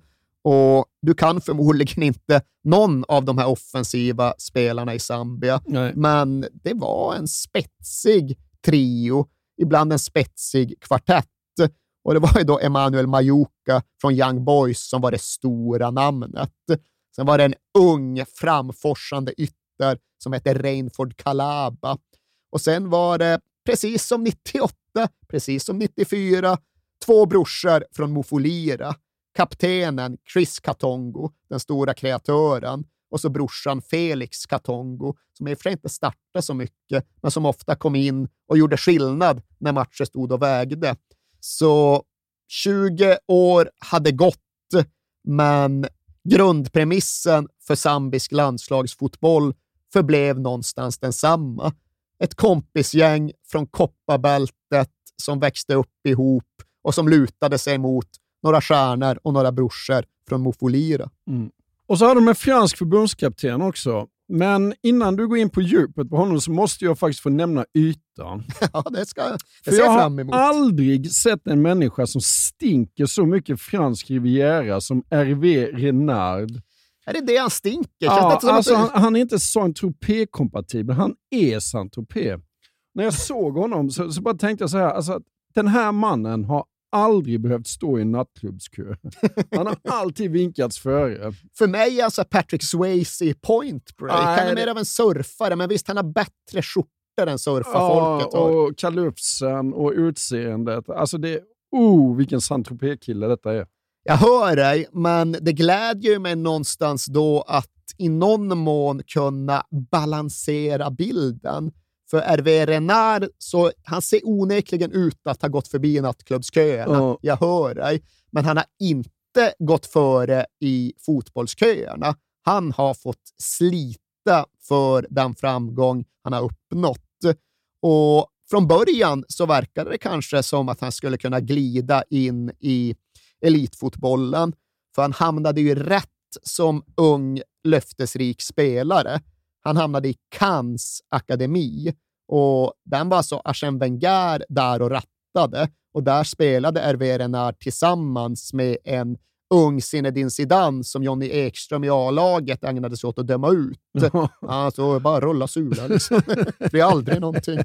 Och du kan förmodligen inte någon av de här offensiva spelarna i Zambia. Nej. Men det var en spetsig trio, ibland en spetsig kvartett. Och det var ju då Emmanuel Majuka från Young Boys som var det stora namnet. Sen var det en ung framforsande ytter som hette Reinford Kalaba. Och sen var det, precis som 98, precis som 94, 2 brorsor från Mufulira. Kaptenen Chris Katongo, den stora kreatören, och så brorsan Felix Katongo, som i och för sig inte startade så mycket, men som ofta kom in och gjorde skillnad när matcher stod och vägde. Så 20 år hade gått, men grundpremissen för zambisk landslagsfotboll förblev någonstans densamma. Ett kompisgäng från kopparbältet som växte upp ihop och som lutade sig mot några stjärnor och några brorsor från Mufulira. Mm. Och så har de en fransk förbundskapten också. Men innan du går in på djupet på honom så måste jag faktiskt få nämna ytan. Ja, det ser jag fram emot. Jag har aldrig sett en människa som stinker så mycket fransk riviera som Hervé Renard. Är det han stinker? Ja, alltså han är inte Saint-Tropez-kompatibel. Han är Saint-Tropez. När jag såg honom så bara tänkte jag så här, alltså, den här mannen har aldrig behövt stå i en nattklubbskö. Han har alltid vinkats före. För mig är alltså Patrick Swayze i Point Break. Han är mer av en surfare, men visst, han har bättre skjortor än surfarfolket. Ja, och kalufsen och utseendet. Alltså det vilken Saint-Tropez-kille detta är. Jag hör dig, men det glädjer mig någonstans då att i någon mån kunna balansera bilden. För Hervé Renard, så han ser onekligen ut att ha gått förbi nattklubbsköerna. Jag hör dig. Men han har inte gått före i fotbollsköerna. Han har fått slita för den framgång han har uppnått. Och från början så verkade det kanske som att han skulle kunna glida in i elitfotbollen. För han hamnade ju rätt som ung löftesrik spelare. Han hamnade i Cannes akademi och den var så Arsène Wenger där och rattade, och där spelade Hervé Renard tillsammans med en ung Zinedine Zidane som Johnny Ekström i A-laget ägnade sig åt att döma ut. Alltså bara rulla sula liksom. Det är aldrig någonting.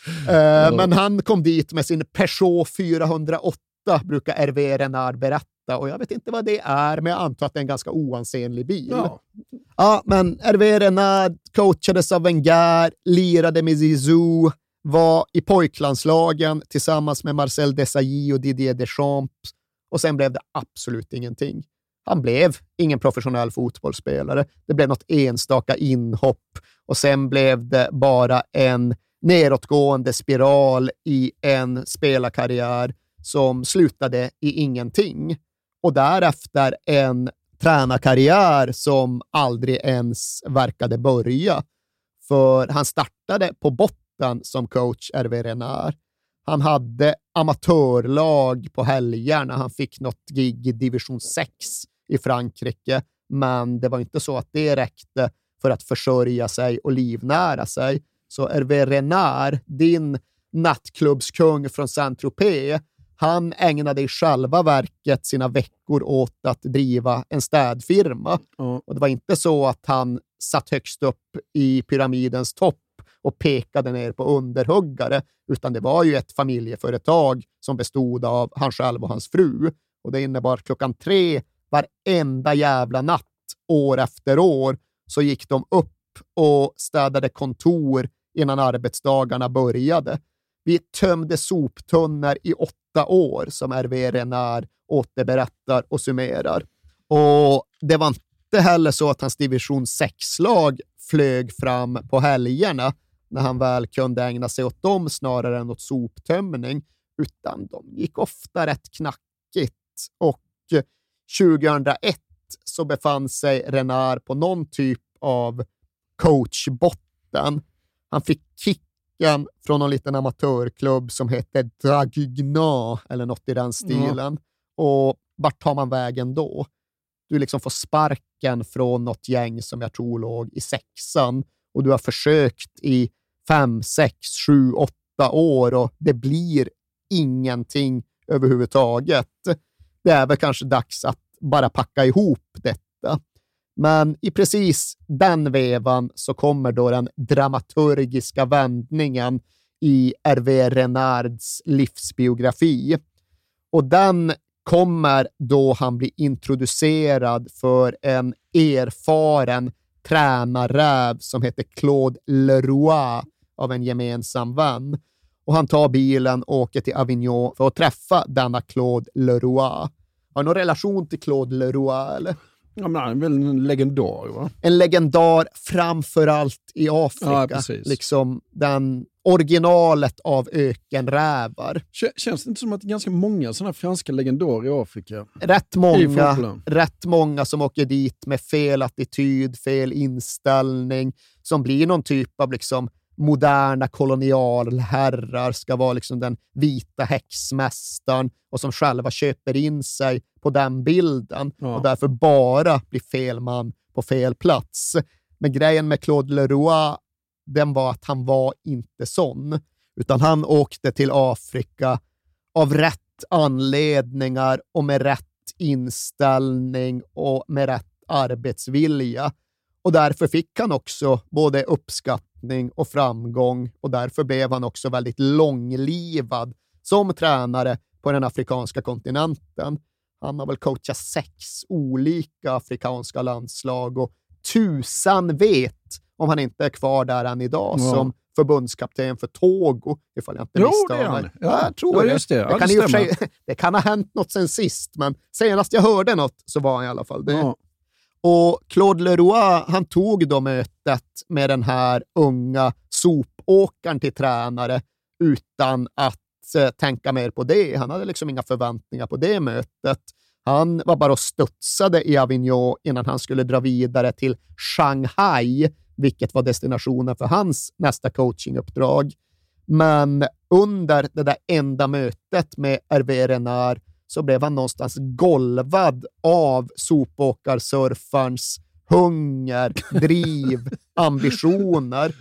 Men han kom dit med sin Peugeot 408, brukar Hervé Renard berätta. Och jag vet inte vad det är, men jag antar att det är en ganska oansenlig bil. Ja, men Hervé Renard coachades av Wenger, lirade med Zizou, var i pojklandslagen tillsammans med Marcel Desailly och Didier Deschamps, och sen blev det absolut ingenting. Han blev ingen professionell fotbollsspelare. Det blev något enstaka inhopp och sen blev det bara en nedåtgående spiral i en spelarkarriär som slutade i ingenting. Och därefter en tränarkarriär som aldrig ens verkade börja. För han startade på botten som coach Hervé Renard. Han hade amatörlag på helgerna. Han fick något gig i division 6 i Frankrike. Men det var inte så att det räckte för att försörja sig och livnära sig. Så Hervé Renard, din nattklubbskung från Saint-Tropez, han ägnade i själva verket sina veckor åt att driva en städfirma. Och det var inte så att han satt högst upp i pyramidens topp och pekade ner på underhuggare, utan det var ju ett familjeföretag som bestod av han själv och hans fru. Och det innebar att 3:00 varenda jävla natt, år efter år, så gick de upp och städade kontor innan arbetsdagarna började. Vi tömde soptunnor i 8 år, som Hervé Renard återberättar och summerar. Och det var inte heller så att hans division 6-lag flög fram på helgerna när han väl kunde ägna sig åt dem snarare än åt soptömning, utan de gick ofta rätt knackigt. Och 2001 så befann sig Renard på någon typ av coachbotten. Han fick kicken från någon liten amatörklubb som heter Draguignan eller något i den stilen. Och vart tar man vägen då? Du liksom får sparken från något gäng som jag tror låg i 6:an och du har försökt i 5, 6, 7, 8 år och det blir ingenting överhuvudtaget. Det är väl kanske dags att bara packa ihop detta. Men i precis den vevan så kommer då den dramaturgiska vändningen i Hervé Renards livsbiografi. Och den kommer då han blir introducerad för en erfaren tränarräv som heter Claude Leroy av en gemensam vän. Och han tar bilen och åker till Avignon för att träffa denna Claude Leroy. Har du någon relation till Claude Leroy eller? Ja, men han är väl en legendar, va? En legendar framförallt i Afrika. Ja, precis. Liksom den originalet av ökenrävar. Känns det inte som att det är ganska många sådana franska legendarer i Afrika? Rätt många som åker dit med fel attityd, fel inställning, som blir någon typ av liksom moderna kolonialherrar, ska vara liksom den vita häxmästaren och som själva köper in sig på den bilden och därför bara blir fel man på fel plats. Men grejen med Claude Leroy, den var att han var inte sån, utan han åkte till Afrika av rätt anledningar och med rätt inställning och med rätt arbetsvilja. Och därför fick han också både uppskattning och framgång och därför blev han också väldigt långlivad som tränare på den afrikanska kontinenten. Han har väl coachat 6 olika afrikanska landslag och tusan vet om han inte är kvar där än idag som förbundskapten för Togo, ifall jag inte misstar mig. Ja, jag tror det. Det kan ha hänt något sen sist, men senast jag hörde något så var han i alla fall det. Ja. Och Claude Leroy, han tog då mötet med den här unga sopåkaren till tränare utan att tänka mer på det. Han hade liksom inga förväntningar på det mötet. Han var bara och studsade i Avignon innan han skulle dra vidare till Shanghai, vilket var destinationen för hans nästa coachinguppdrag. Men under det där enda mötet med Hervé Renard så blev han någonstans golvad av sopåkarsurfarns hunger, driv, ambitioner.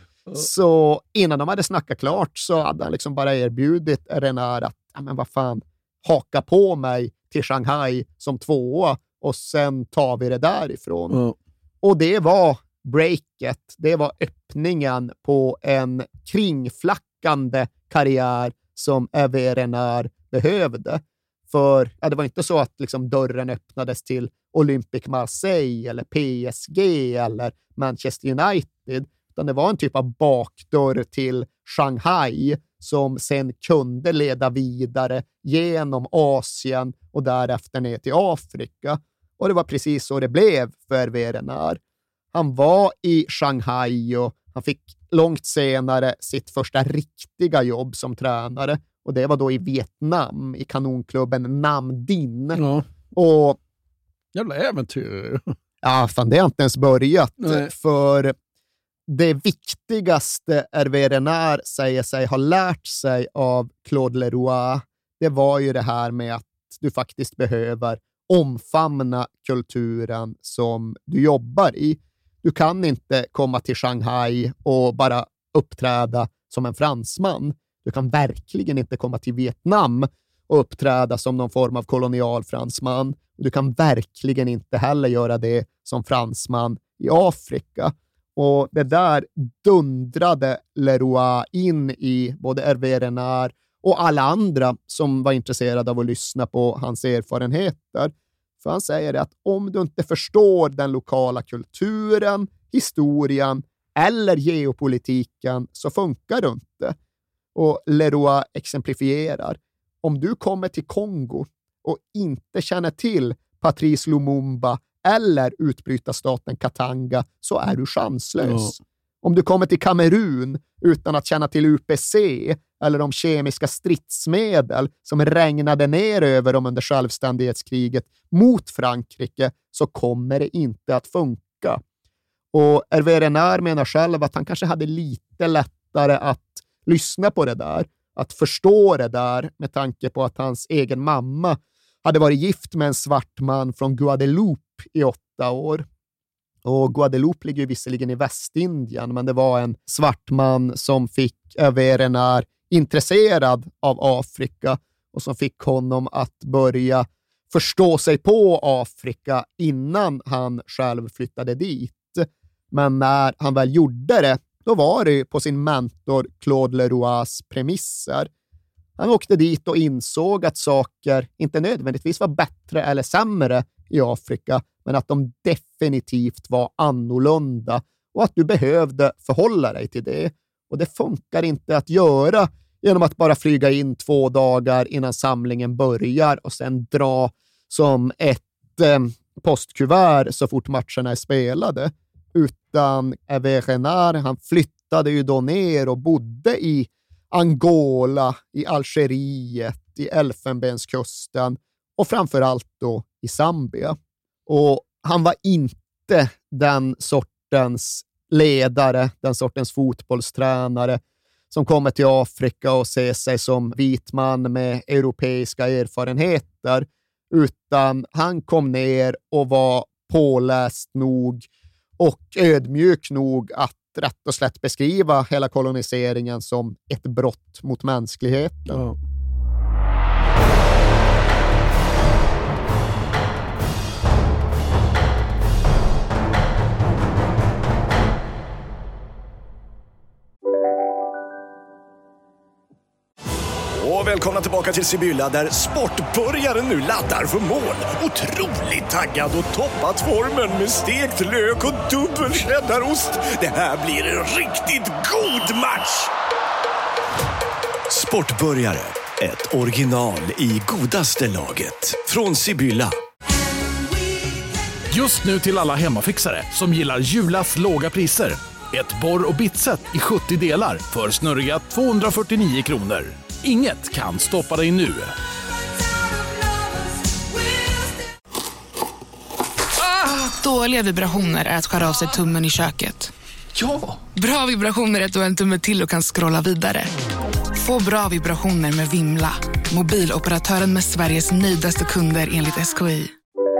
Så innan de hade snackat klart så hade han liksom bara erbjudit Renard att men vad fan, haka på mig till Shanghai som 2 och sen tar vi det därifrån. Och det var breaket, det var öppningen på en kringflackande karriär som Hervé Renard behövde. För det var inte så att liksom dörren öppnades till Olympique Marseille eller PSG eller Manchester United, utan det var en typ av bakdörr till Shanghai som sen kunde leda vidare genom Asien och därefter ner till Afrika. Och det var precis så det blev för Hervé Renard. Han var i Shanghai och han fick långt senare sitt första riktiga jobb som tränare. Och det var då i Vietnam, i kanonklubben Nam Dinh. Ja. Och jävla äventyr. Ja, fan, det har inte ens börjat. Nej. För det viktigaste Hervé Renard säger sig ha lärt sig av Claude Leroy, det var ju det här med att du faktiskt behöver omfamna kulturen som du jobbar i. Du kan inte komma till Shanghai och bara uppträda som en fransman. Du kan verkligen inte komma till Vietnam och uppträda som någon form av kolonial fransman. Du kan verkligen inte heller göra det som fransman i Afrika. Och det där dundrade Leroy in i både Hervé Renard och alla andra som var intresserade av att lyssna på hans erfarenheter. För han säger att om du inte förstår den lokala kulturen, historien eller geopolitiken så funkar det inte. Och Leroy exemplifierar. Om du kommer till Kongo och inte känner till Patrice Lumumba eller utbrytarstaten Katanga så är du chanslös. Om du kommer till Kamerun utan att känna till UPC eller de kemiska stridsmedel som regnade ner över dem under självständighetskriget mot Frankrike så kommer det inte att funka. Och Hervé Renard menar själv att han kanske hade lite lättare att lyssna på det där, att förstå det där med tanke på att hans egen mamma hade varit gift med en svart man från Guadeloupe i 8 år. Och Guadeloupe ligger ju visserligen i Västindien, men det var en svart man som fick Hervé Renard intresserad av Afrika och som fick honom att börja förstå sig på Afrika innan han själv flyttade dit. Men när han väl gjorde det, då var det på sin mentor Claude Leroys premisser. Han åkte dit och insåg att saker inte nödvändigtvis var bättre eller sämre i Afrika, men att de definitivt var annorlunda och att du behövde förhålla dig till det. Och det funkar inte att göra genom att bara flyga in 2 dagar innan samlingen börjar och sen dra som ett postkuvert så fort matcherna är spelade. Utan Hervé Renard, han flyttade ju då ner och bodde i Angola, i Algeriet, i Elfenbenskusten och framförallt då i Zambia. Och han var inte den sortens ledare, den sortens fotbollstränare som kommer till Afrika och ser sig som vit man med europeiska erfarenheter, utan han kom ner och var påläst nog och ödmjuk nog att rätt och slätt beskriva hela koloniseringen som ett brott mot mänskligheten. Ja. Och välkomna tillbaka till Sibylla där sportbörjaren nu laddar för mål. Otroligt taggad och toppat formen med stekt lök och dubbel cheddarost. Det här blir en riktigt god match! Sportbörjare, ett original i godaste laget. Från Sibylla. Just nu till alla hemmafixare som gillar Julas låga priser. Ett borr- och bitset i 70 delar för snurriga 249 kronor. Inget kan stoppa dig nu. Dåliga vibrationer är att skära av sig tummen i köket. Ja! Bra vibrationer är att du har en tumme till och kan scrolla vidare. Få bra vibrationer med Vimla. Mobiloperatören med Sveriges nöjdaste kunder enligt SKI.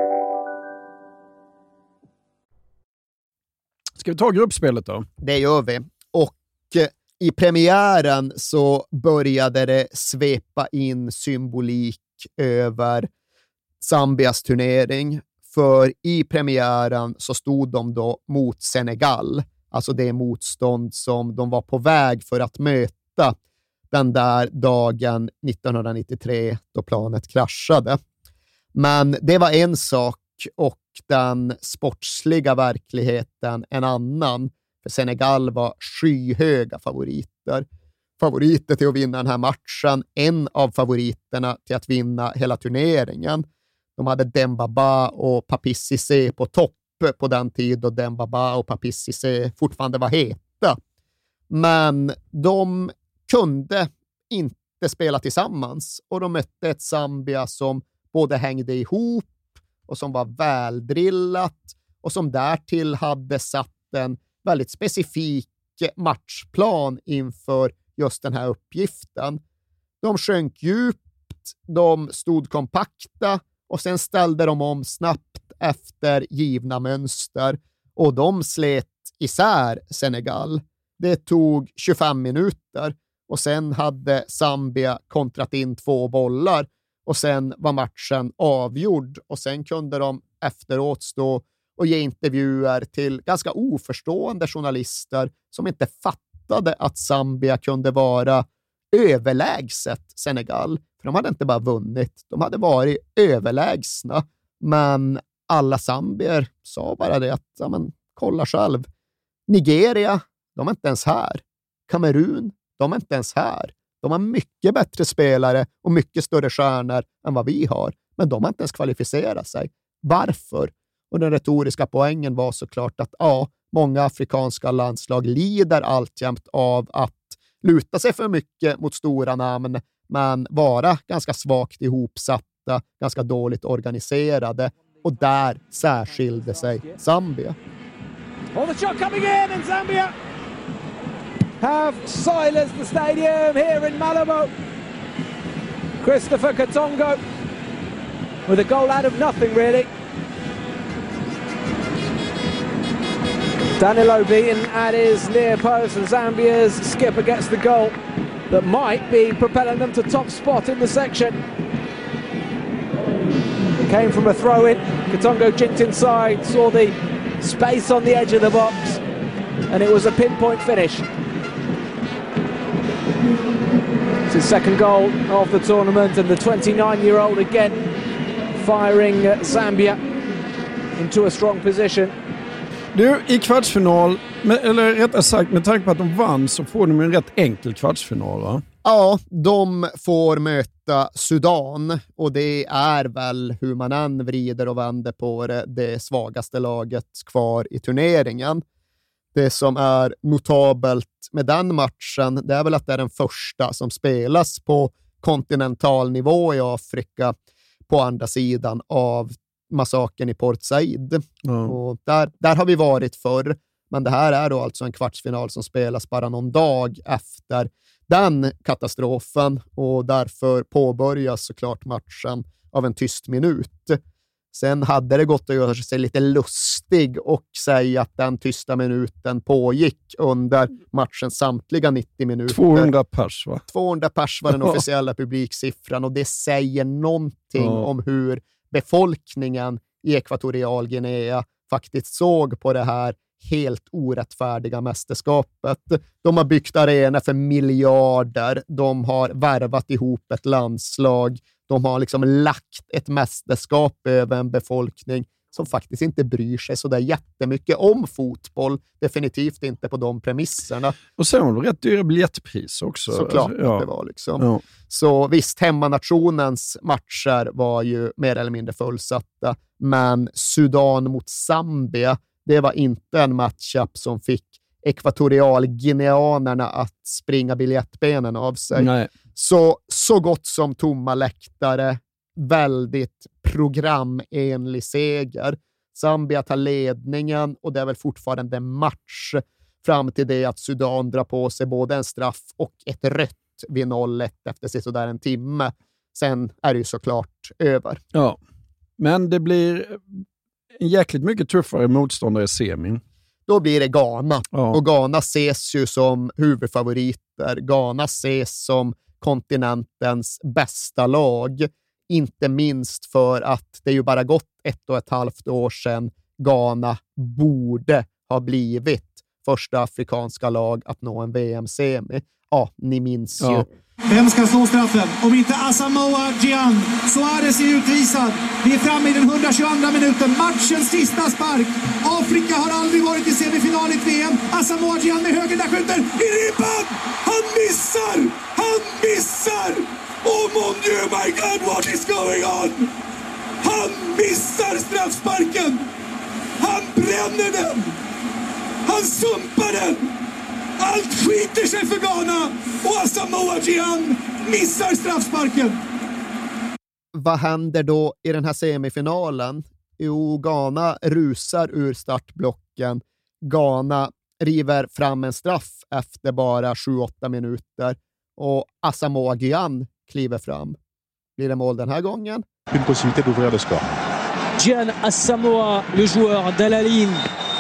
Ska vi ta gruppspelet då? Det gör vi. Och i premiären så började det svepa in symbolik över Zambias turnering. För i premiären så stod de då mot Senegal. Alltså det motstånd som de var på väg för att möta den där dagen 1993 då planet kraschade. Men det var en sak och den sportsliga verkligheten en annan. För Senegal var skyhöga favoriter. Favoriter till att vinna den här matchen. En av favoriterna till att vinna hela turneringen. De hade Demba Ba och Papis Cissé på topp på den tid då Demba Ba och Papis Cissé fortfarande var heta. Men de kunde inte spela tillsammans och de mötte ett Zambia som både hängde ihop och som var väldrillat och som därtill hade satt en väldigt specifik matchplan inför just den här uppgiften. De sjönk djupt, de stod kompakta och sen ställde de om snabbt efter givna mönster och de slet isär Senegal. Det tog 25 minuter och sen hade Zambia kontrat in 2 bollar och sen var matchen avgjord och sen kunde de efteråt stå och ge intervjuer till ganska oförstående journalister som inte fattade att Zambia kunde vara överlägset Senegal. För de hade inte bara vunnit, de hade varit överlägsna. Men alla zambier sa bara det att, ja, men, kolla själv. Nigeria, de är inte ens här. Kamerun, de är inte ens här. De har mycket bättre spelare och mycket större stjärnor än vad vi har. Men de har inte ens kvalificerat sig. Varför? Och den retoriska poängen var såklart att många afrikanska landslag lider alltjämt av att luta sig för mycket mot stora namn, men vara ganska svagt ihopsatta, ganska dåligt organiserade. Och där särskilde sig Zambia. Oh, the shot coming in, and Zambia have silenced the stadium here in Malabo. Christopher Katongo with a goal out of nothing, really. Danilo beaten at his near post, and Zambia's skipper gets the goal that might be propelling them to top spot in the section. Came from a throw-in. Katongo jinked inside, saw the space on the edge of the box, and it was a pinpoint finish. It's his second goal of the tournament, and the 29-year-old again firing Zambia into a strong position. Du, i kvartsfinal, eller rättare sagt med tanke på att de vann, så får de en rätt enkel kvartsfinal, va? Ja, de får möta Sudan, och det är väl, hur man än vrider och vänder på det svagaste laget kvar i turneringen. Det som är notabelt med den matchen, det är väl att det är den första som spelas på kontinental nivå i Afrika på andra sidan av massakern i Port Said. Och där har vi varit förr, men det här är då alltså en kvartsfinal som spelas bara någon dag efter den katastrofen, och därför påbörjas såklart matchen av en tyst minut. Sen hade det gått att göra sig lite lustig och säga att den tysta minuten pågick under matchens samtliga 90 minuter. 200 pers, va? 200 pers var den officiella publiksiffran, och det säger någonting om hur befolkningen i Ekvatorialguinea faktiskt såg på det här helt orättfärdiga mästerskapet. De har byggt arenor för miljarder. De har värvat ihop ett landslag. De har liksom lagt ett mästerskap över en befolkning som faktiskt inte bryr sig så där jättemycket om fotboll. Definitivt inte på de premisserna. Och sen var det rätt dyra biljettpris också. Såklart det var liksom. Ja. Så visst, hemmanationens matcher var ju mer eller mindre fullsatta. Men Sudan mot Zambia, det var inte en matchup som fick ekvatorialguineanerna att springa biljettbenen av sig. Nej. Så gott som tomma läktare, väldigt programenlig seger. Zambia tar ledningen, och det är väl fortfarande match fram till det att Sudan drar på sig både en straff och ett rött vid 0-1 efter sådär en timme. Sen är det ju såklart över. Ja, men det blir en jäkligt mycket tuffare motståndare i semin. Då blir det Ghana. Ja. Och Ghana ses ju som huvudfavoriter. Ghana ses som kontinentens bästa lag. Inte minst för att det ju bara gått 1,5 år sedan Ghana borde ha blivit första afrikanska lag att nå en VM-semi. Ja, ni minns ju. Vem ska slå straffen? Om inte Asamoah Gyan. Suarez är utvisad. Vi är framme i den 122 minuten. Matchens sista spark. Afrika har aldrig varit i semifinal i ett VM. Asamoah Gyan med höger, där skjuter i ribban. Han missar! Han missar! Oh mon Dieu, my God, what is going on? Han missar straffsparken. Han bränner den. Han sumpar den. Allt skiter sig för Ghana, och Asamoah Gyan missar straffsparken. Vad händer då i den här semifinalen? Jo, Ghana rusar ur startblocken. Ghana river fram en straff efter bara 7-8 minuter, och Asamoah Gyan kliver fram. Blir det mål den här gången? Une possibilité d'ouvrir le score. Gyan Asamoah, le joueur d'Al-Ahly,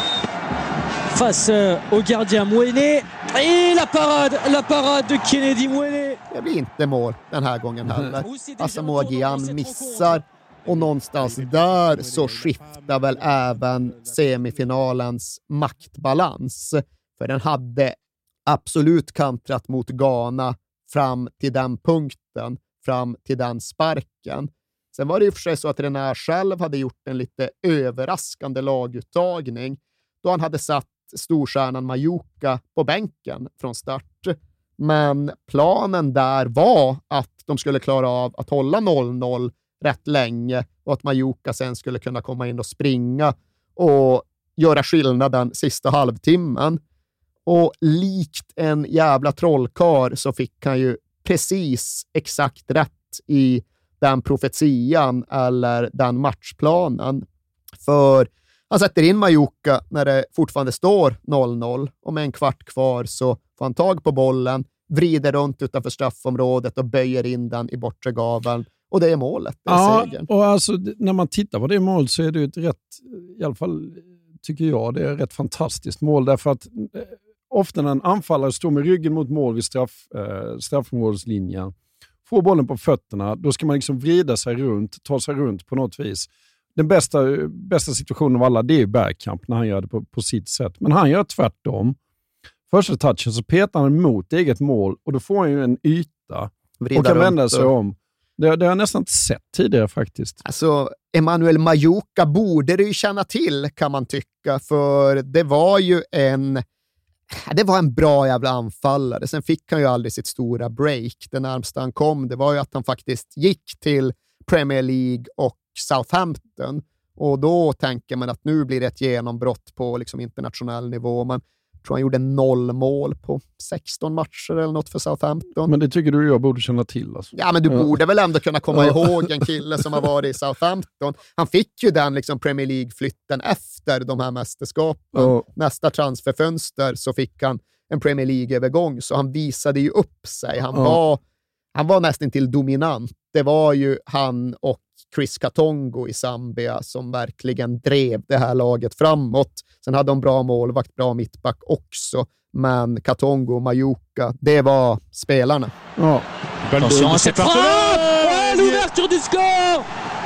face au gardien Mwene. Et la parade de Kennedy Mwene. Det blir inte mål den här gången heller. Asamoah Gyan missar, och någonstans där så skiftar väl även semifinalens maktbalans. För den hade absolut kantrat mot Ghana fram till den punkten, fram till den sparken. Sen var det ju för sig så att Renard själv hade gjort en lite överraskande laguttagning då han hade satt storstjärnan Majuka på bänken från start. Men planen där var att de skulle klara av att hålla 0-0 rätt länge och att Majuka sen skulle kunna komma in och springa och göra skillnaden sista halvtimmen. Och likt en jävla trollkar så fick han ju precis exakt rätt i den profetian eller den matchplanen. För han sätter in Majuka när det fortfarande står 0-0 och med en kvart kvar så får han tag på bollen, vrider runt utanför straffområdet och böjer in den i bortre gaveln. Och det är målet, det är segern. Och alltså, när man tittar på det mål så är det ett rätt, i alla fall tycker jag, det är ett rätt fantastiskt mål. Därför att ofta när en anfallare står med ryggen mot mål vid straffområdeslinjen, får bollen på fötterna, då ska man liksom vrida sig runt, ta sig runt på något vis. Den bästa situationen av alla, det är Bergkamp när han gör det på sitt sätt. Men han gör tvärtom. Första touchen så petar han mot eget mål och då får han ju en yta och kan vända sig om. Det har jag nästan inte sett tidigare faktiskt. Alltså, Emmanuel Majuka borde du ju känna till, kan man tycka. För det var ju en bra jävla anfallare. Sen fick han ju aldrig sitt stora break. Det närmsta han kom, det var ju att han faktiskt gick till Premier League och Southampton. Och då tänker man att nu blir det ett genombrott på liksom internationell nivå. Man tror han gjorde 0 mål på 16 matcher eller något för Southampton. Men det tycker du jag borde känna till. Alltså. Ja, men du borde väl ändå kunna komma ihåg en kille som har varit i Southampton. Han fick ju den liksom Premier League-flytten efter de här mästerskapen. Nästa transferfönster så fick han en Premier League-övergång. Så han visade ju upp sig. Han var nästan till dominant. Det var ju han och Chris Katongo i Zambia som verkligen drev det här laget framåt. Sen hade de bra målvakt, bra mittback också. Men Katongo och Majuka, det var spelarna. Attention à cette frappe! L'ouverture du score!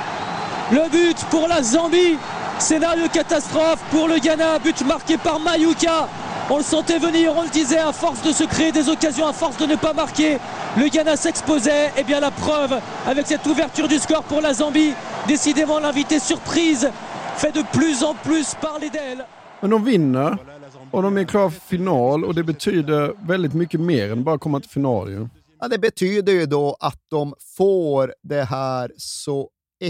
Le but pour la Zambie. Scénario catastrophe pour le Ghana. But marqué par Majuka. On le sentait venir, on le disait, à force de se créer des occasions, à force de ne pas marquer, le Ghana s'exposait. Et bien la preuve, avec cette ouverture du score pour la Zambie, décidément l'invité surprise fait de plus en plus parler d'elle. Men de vinner och de är klara för final och det betyder väldigt mycket mer än bara komma till final. Ja, det betyder ju då att de får det här så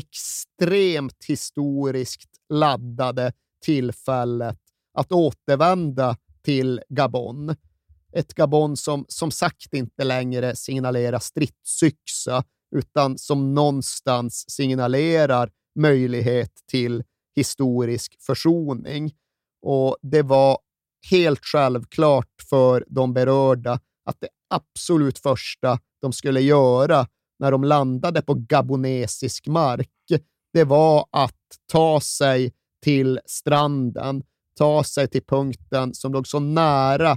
extremt historiskt laddade tillfället att återvända till Gabon. Ett Gabon som sagt inte längre signalerar stridsyxa utan som någonstans signalerar möjlighet till historisk försoning. Och det var helt självklart för de berörda att det absolut första de skulle göra när de landade på gabonesisk mark, det var att ta sig till stranden, ta sig till punkten som låg så nära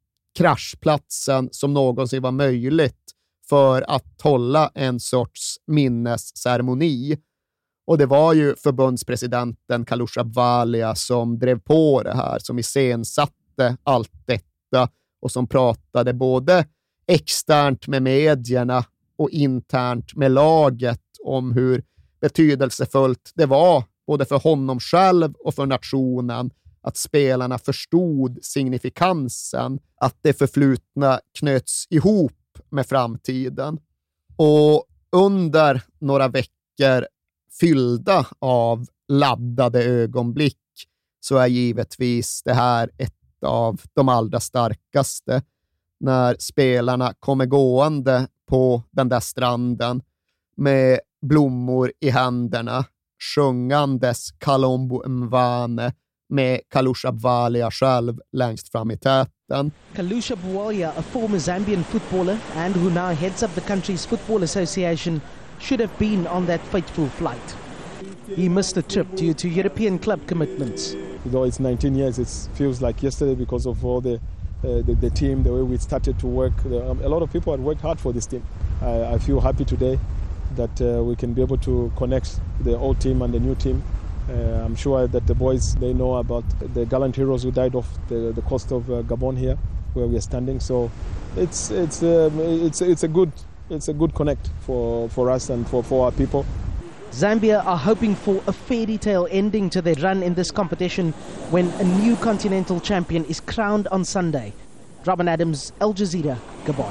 kraschplatsen som någonsin var möjligt för att hålla en sorts minnesceremoni. Och det var ju förbundspresidenten Kalusha Bwalia som drev på det här, som iscensatte allt detta och som pratade både externt med medierna och internt med laget om hur betydelsefullt det var både för honom själv och för nationen att spelarna förstod signifikansen, att det förflutna knöts ihop med framtiden. Och under några veckor fyllda av laddade ögonblick så är givetvis det här ett av de allra starkaste. När spelarna kommer gående på den där stranden med blommor i händerna, sjungandes Kalombo Mwane med Kalusha Bwalia själv längst fram i täten. Kalusha Bwalia, a former Zambian footballer and who now heads up the country's football association, should have been on that fateful flight. He missed the trip due to European club commitments. Though it's 19 years, it feels like yesterday because of all the team, the way we started to work. A lot of people had worked hard for this team. I feel happy today that we can be able to connect the old team and the new team. I'm sure that the boys, they know about the gallant heroes who died off the coast of Gabon here, where we are standing. So it's a good connect for us and for our people. Zambia are hoping for a fairy tale ending to their run in this competition when a new continental champion is crowned on Sunday. Robin Adams, Al Jazeera, Gabon.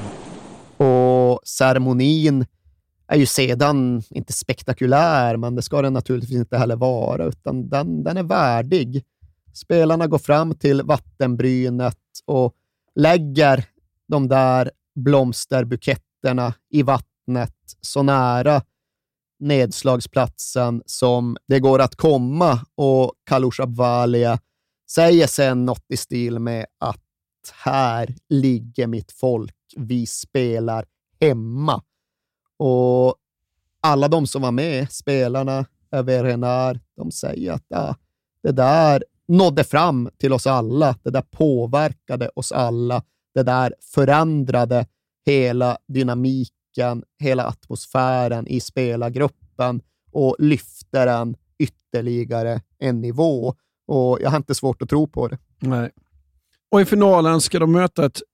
Och ceremonin är ju sedan inte spektakulär, men det ska den naturligtvis inte heller vara, utan den är värdig. Spelarna går fram till vattenbrynet och lägger de där blomsterbuketterna i vattnet så nära nedslagsplatsen som det går att komma, och Kalush Abwalia säger sen något i stil med att här ligger mitt folk, vi spelar hemma. Och alla de som var med, spelarna, Över, de säger att det där nådde fram till oss alla, det där påverkade oss alla, det där förändrade hela dynamiken, hela atmosfären i spelargruppen och lyfte den ytterligare en nivå. Och jag har inte svårt att tro på det. Nej. Och i finalen ska de möta ett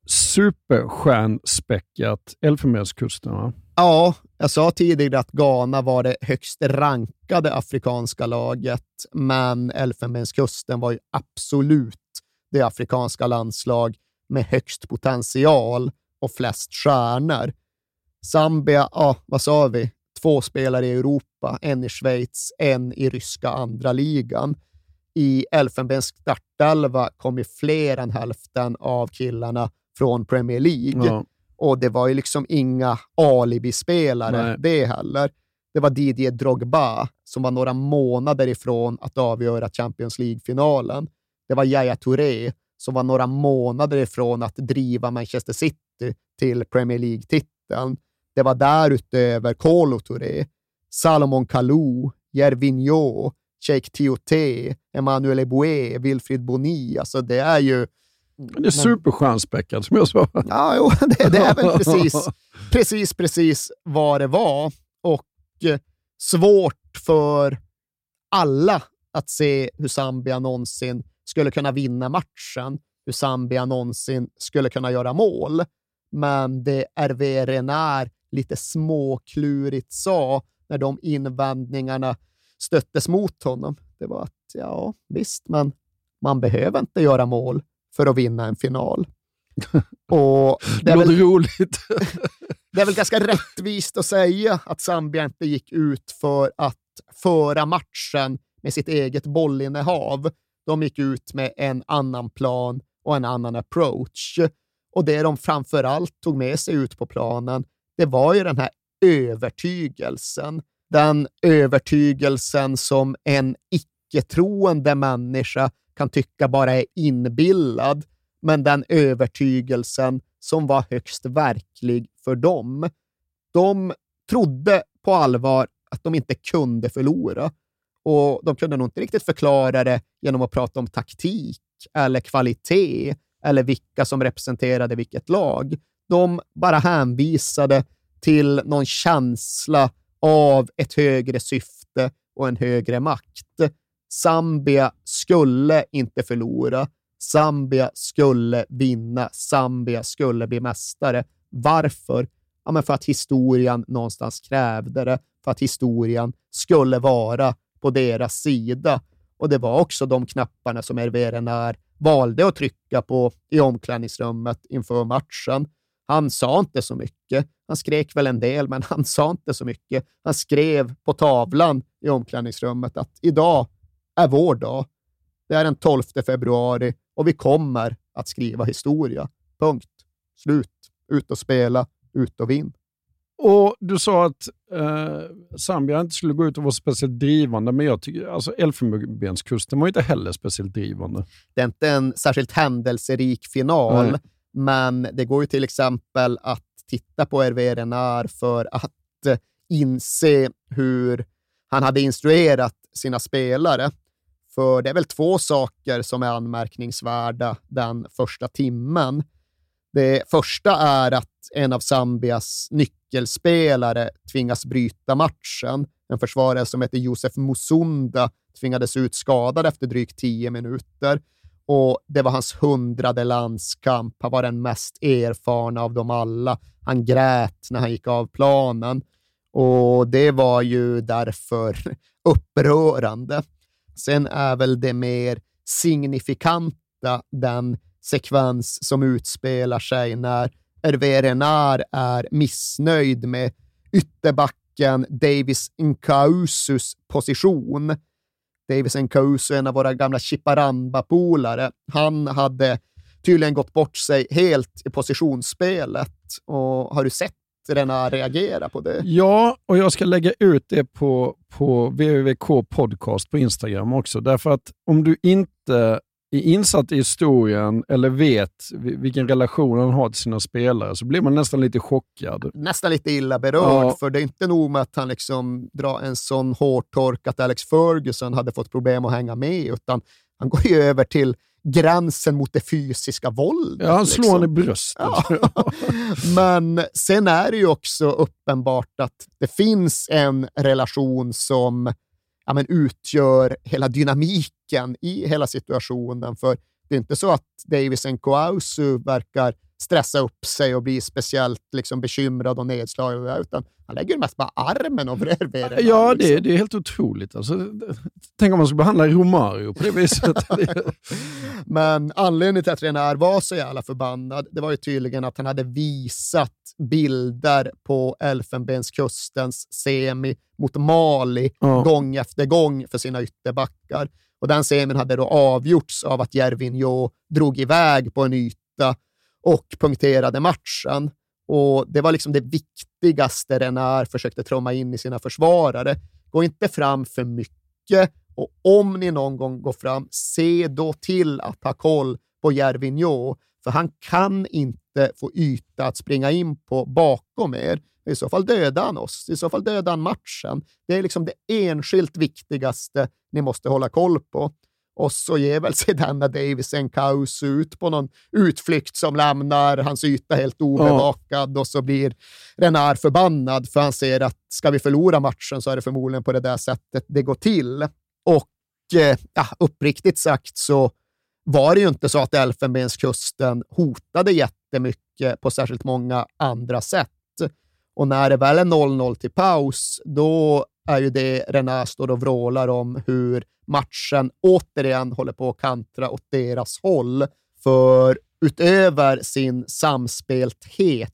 superstjärnspäckat Elfenbenskusten, va? Ja, jag sa tidigare att Ghana var det högst rankade afrikanska laget, men Elfenbenskusten var ju absolut det afrikanska landslag med högst potential och flest stjärnor. Zambia, vad sa vi? 2 spelare i Europa, en i Schweiz, en i ryska andra ligan. I Elfenbens startelva kom ju fler än hälften av killarna från Premier League. Ja. Och det var ju liksom inga alibi-spelare det heller. Det var Didier Drogba som var några månader ifrån att avgöra Champions League-finalen. Det var Yaya Touré som var några månader ifrån att driva Manchester City till Premier League-titeln. Det var därutöver Kolo Touré, Salomon Kalou, Gervinho, Cheikh Tioté, Emmanuel Eboué, Wilfried Boni. Alltså det är ju... Det är superstjärnspäckat som jag sa. Ja, jo, det är väl precis vad det var. Och svårt för alla att se hur Zambia någonsin skulle kunna vinna matchen, hur Zambia någonsin skulle kunna göra mål. Men det Hervé Renard lite småklurigt sa när de invändningarna stöttes mot honom, det var att ja, visst, men man behöver inte göra mål för att vinna en final. Och det är väl roligt. Det är väl ganska rättvist att säga att Zambia inte gick ut för att föra matchen med sitt eget bollinnehav. De gick ut med en annan plan och en annan approach. Och det de framförallt tog med sig ut på planen, det var ju den här övertygelsen. Den övertygelsen som en icke-troende människa kan tycka bara är inbillad, men den övertygelsen som var högst verklig för dem. De trodde på allvar att de inte kunde förlora, och de kunde nog inte riktigt förklara det genom att prata om taktik eller kvalitet eller vilka som representerade vilket lag. De bara hänvisade till någon känsla av ett högre syfte och en högre makt. Zambia skulle inte förlora. Zambia skulle vinna. Zambia skulle bli mästare. Varför? Ja, men för att historien någonstans krävde det. För att historien skulle vara på deras sida. Och det var också de knapparna som Hervé Renard valde att trycka på i omklädningsrummet inför matchen. Han sa inte så mycket. Han skrek väl en del, men han sa inte så mycket. Han skrev på tavlan i omklädningsrummet att idag är vår dag. Det är den 12 februari och vi kommer att skriva historia. Punkt. Slut. Ut och spela. Ut och vinn. Och du sa att Zambia inte skulle gå ut och vara speciellt drivande, men jag tycker alltså Elfenbenskusten var inte heller speciellt drivande. Det är inte en särskilt händelserik final, men det går ju till exempel att titta på Hervé Renard för att inse hur han hade instruerat sina spelare. För det är väl 2 saker som är anmärkningsvärda den första timmen. Det första är att en av Zambias nyckelspelare tvingas bryta matchen. En försvarare som heter Josef Musunda tvingades ut skadad efter drygt 10 minuter. Och det var hans 100:e landskamp. Han var den mest erfarna av dem alla. Han grät när han gick av planen. Och det var ju därför upprörande. Sen är väl det mer signifikanta den sekvens som utspelar sig när Hervé Renard är missnöjd med ytterbacken Davis Nkausus position. Davis Nkausu, en av våra gamla Chiparamba-polare, han hade tydligen gått bort sig helt i positionsspelet. Och har du sett Renard reagera på det? Ja, och jag ska lägga ut det på WWK podcast på Instagram också. Därför att om du inte är insatt i historien eller vet vilken relation han har till sina spelare så blir man nästan lite chockad. Nästan lite illa berörd, för det är inte nog med att han liksom drar en sån hårtork att Alex Ferguson hade fått problem att hänga med, utan han går ju över till gränsen mot det fysiska våldet. Ja, han slår han i bröstet. Ja. Men sen är det ju också uppenbart att det finns en relation som utgör hela dynamiken i hela situationen. För det är inte så att Davis Nkausu verkar stressa upp sig och bli speciellt liksom bekymrad och nedslagen, utan han lägger mest bara armen över Hervé. Ja, det är helt otroligt. Alltså, tänk om man skulle behandla Romario på det viset. Men anledningen till att Renard var så jävla förbannad, det var ju tydligen att han hade visat bilder på Elfenbenskustens semi mot Mali gång efter gång för sina ytterbackar. Och den semin hade då avgjorts av att Gervinho drog iväg på en yta och punkterade matchen. Och det var liksom det viktigaste Renard försökte tromma in i sina försvarare. Gå inte fram för mycket, och om ni någon gång går fram, se då till att ha koll på Gervinho, för han kan inte få yta att springa in på bakom er. I så fall dödar han oss, i så fall dödar han matchen. Det är liksom det enskilt viktigaste ni måste hålla koll på. Och så ger väl sig denna Davis Nkausu ut på någon utflykt som lämnar hans yta helt obevakad, och så blir Renard förbannad för han ser att ska vi förlora matchen så är det förmodligen på det där sättet det går till. Och uppriktigt sagt så var det ju inte så att Elfenbenskusten hotade jättemycket på särskilt många andra sätt. Och när det väl är 0-0 till paus, då är ju det Renard står och vrålar om hur matchen återigen håller på att kantra åt deras håll. För utöver sin samspelthet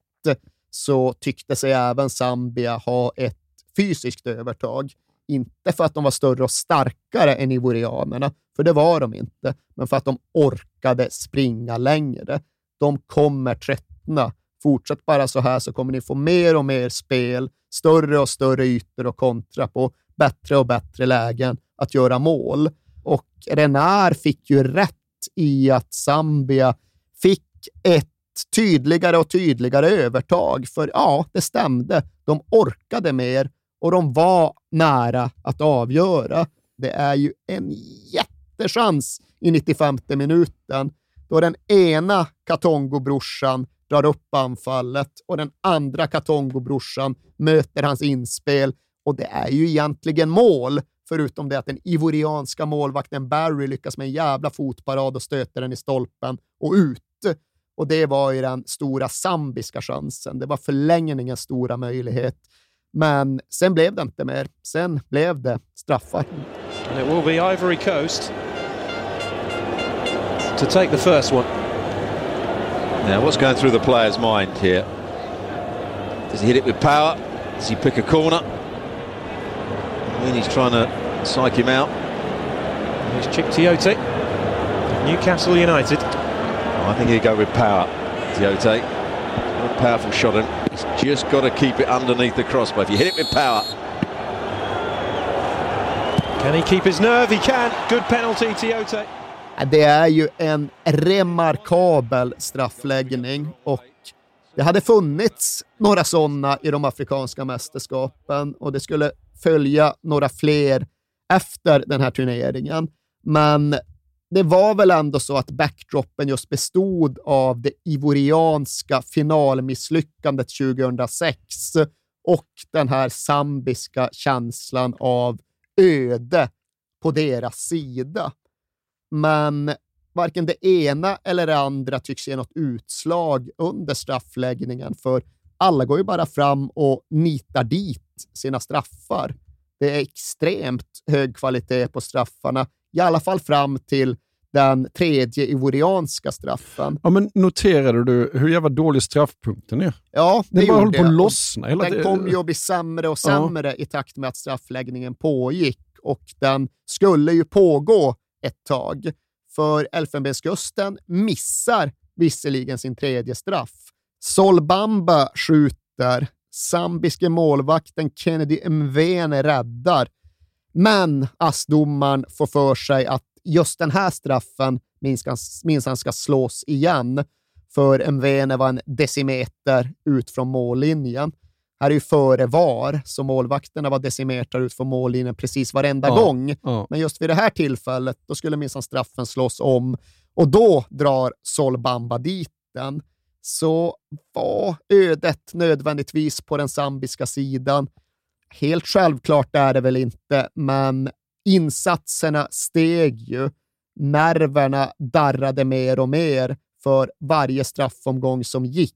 så tyckte sig även Zambia ha ett fysiskt övertag. Inte för att de var större och starkare än ivorianerna, för det var de inte, men för att de orkade springa längre. De kommer tröttna. Fortsätt bara så här så kommer ni få mer och mer spel, större och större ytor och kontra på, bättre och bättre lägen att göra mål. Och Renard fick ju rätt i att Zambia fick ett tydligare och tydligare övertag. För ja, det stämde. De orkade mer och de var nära att avgöra. Det är ju en jättechans i 95:e minuten då den ena Katongo-brorsan drar upp anfallet och den andra Katongo-brorsan möter hans inspel, och det är ju egentligen mål, förutom det att den ivorianska målvakten Barry lyckas med en jävla fotparad och stöter den i stolpen och ut. Och det var ju den stora zambiska chansen. Det var förlängningens stora möjlighet. Men sen blev det inte mer. Sen blev det straffar. And it will be Ivory Coast to take the first one. Now, what's going through the player's mind here? Does he hit it with power? Does he pick a corner? I mean, he's trying to psych him out. Here's Chik Tiote, Newcastle United. Oh, I think he'd go with power, Tiote. A powerful shot, and he's just got to keep it underneath the crossbar. If you hit it with power. Can he keep his nerve? He can. Good penalty, Tiote. Det är ju en remarkabel straffläggning, och det hade funnits några sådana i de afrikanska mästerskapen och det skulle följa några fler efter den här turneringen. Men det var väl ändå så att backdropen just bestod av det ivorianska finalmisslyckandet 2006 och den här zambiska känslan av öde på deras sida. Men varken det ena eller det andra tycks ge något utslag under straffläggningen, för alla går ju bara fram och nitar dit sina straffar. Det är extremt hög kvalitet på straffarna, i alla fall fram till den tredje ivorianska straffen. Ja, men noterade du hur jävla dålig straffpunkten är? Ja, det den bara gjorde håller på att lossna. Den kom ju att bli sämre och sämre i takt med att straffläggningen pågick, och den skulle ju pågå ett tag. För Elfenbenskusten missar visserligen sin tredje straff. Sol Bamba skjuter, zambiske målvakten Kennedy Mvene räddar, men AS-domaren får för sig att just den här straffen minst ska slås igen, för Mvene var en decimeter ut från mållinjen. Här är ju före VAR, så målvakterna var decimeter ut från mållinjen precis varenda gång. Men just vid det här tillfället, då skulle minst straffen slås om, och då drar Sol Bamba dit den. Så var ödet nödvändigtvis på den zambiska sidan? Helt självklart är det väl inte, men insatserna steg ju. Nerverna darrade mer och mer för varje straffomgång som gick.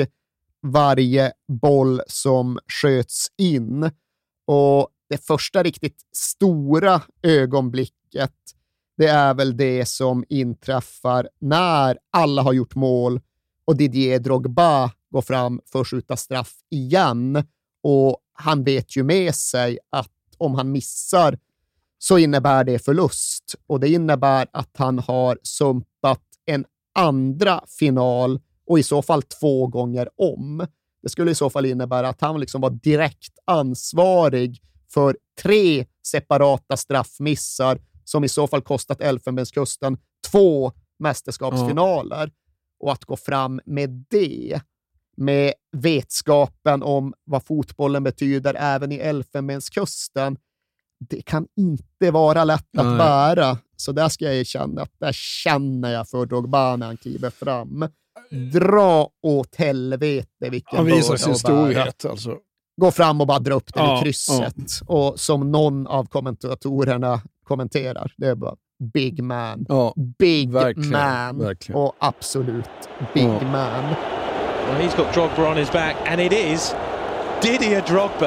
Varje boll som sköts in. Och det första riktigt stora ögonblicket, det är väl det som inträffar när alla har gjort mål och Didier Drogba går fram för att skjuta straff igen. Och han vet ju med sig att om han missar så innebär det förlust. Och det innebär att han har sumpat en andra final, och i så fall 2 gånger om. Det skulle i så fall innebära att han liksom var direkt ansvarig för 3 separata straffmissar som i så fall kostat Elfenbenskusten 2 mästerskapsfinaler. Och att gå fram med det, med vetskapen om vad fotbollen betyder även i Elfenbenskusten, det kan inte vara lätt att bära. Så där ska jag erkänna att där känner jag för Drogba när han kliver fram. Dra åt helvete vilken han visar sin storhet bära. alltså. Gå fram och bara dra upp den i krysset. Och som någon av kommentatorerna kommenterar, det är bara big man. Big man. Verkligen. Och absolut big man. Well, he's got Drogba on his back, and it is Didier Drogba.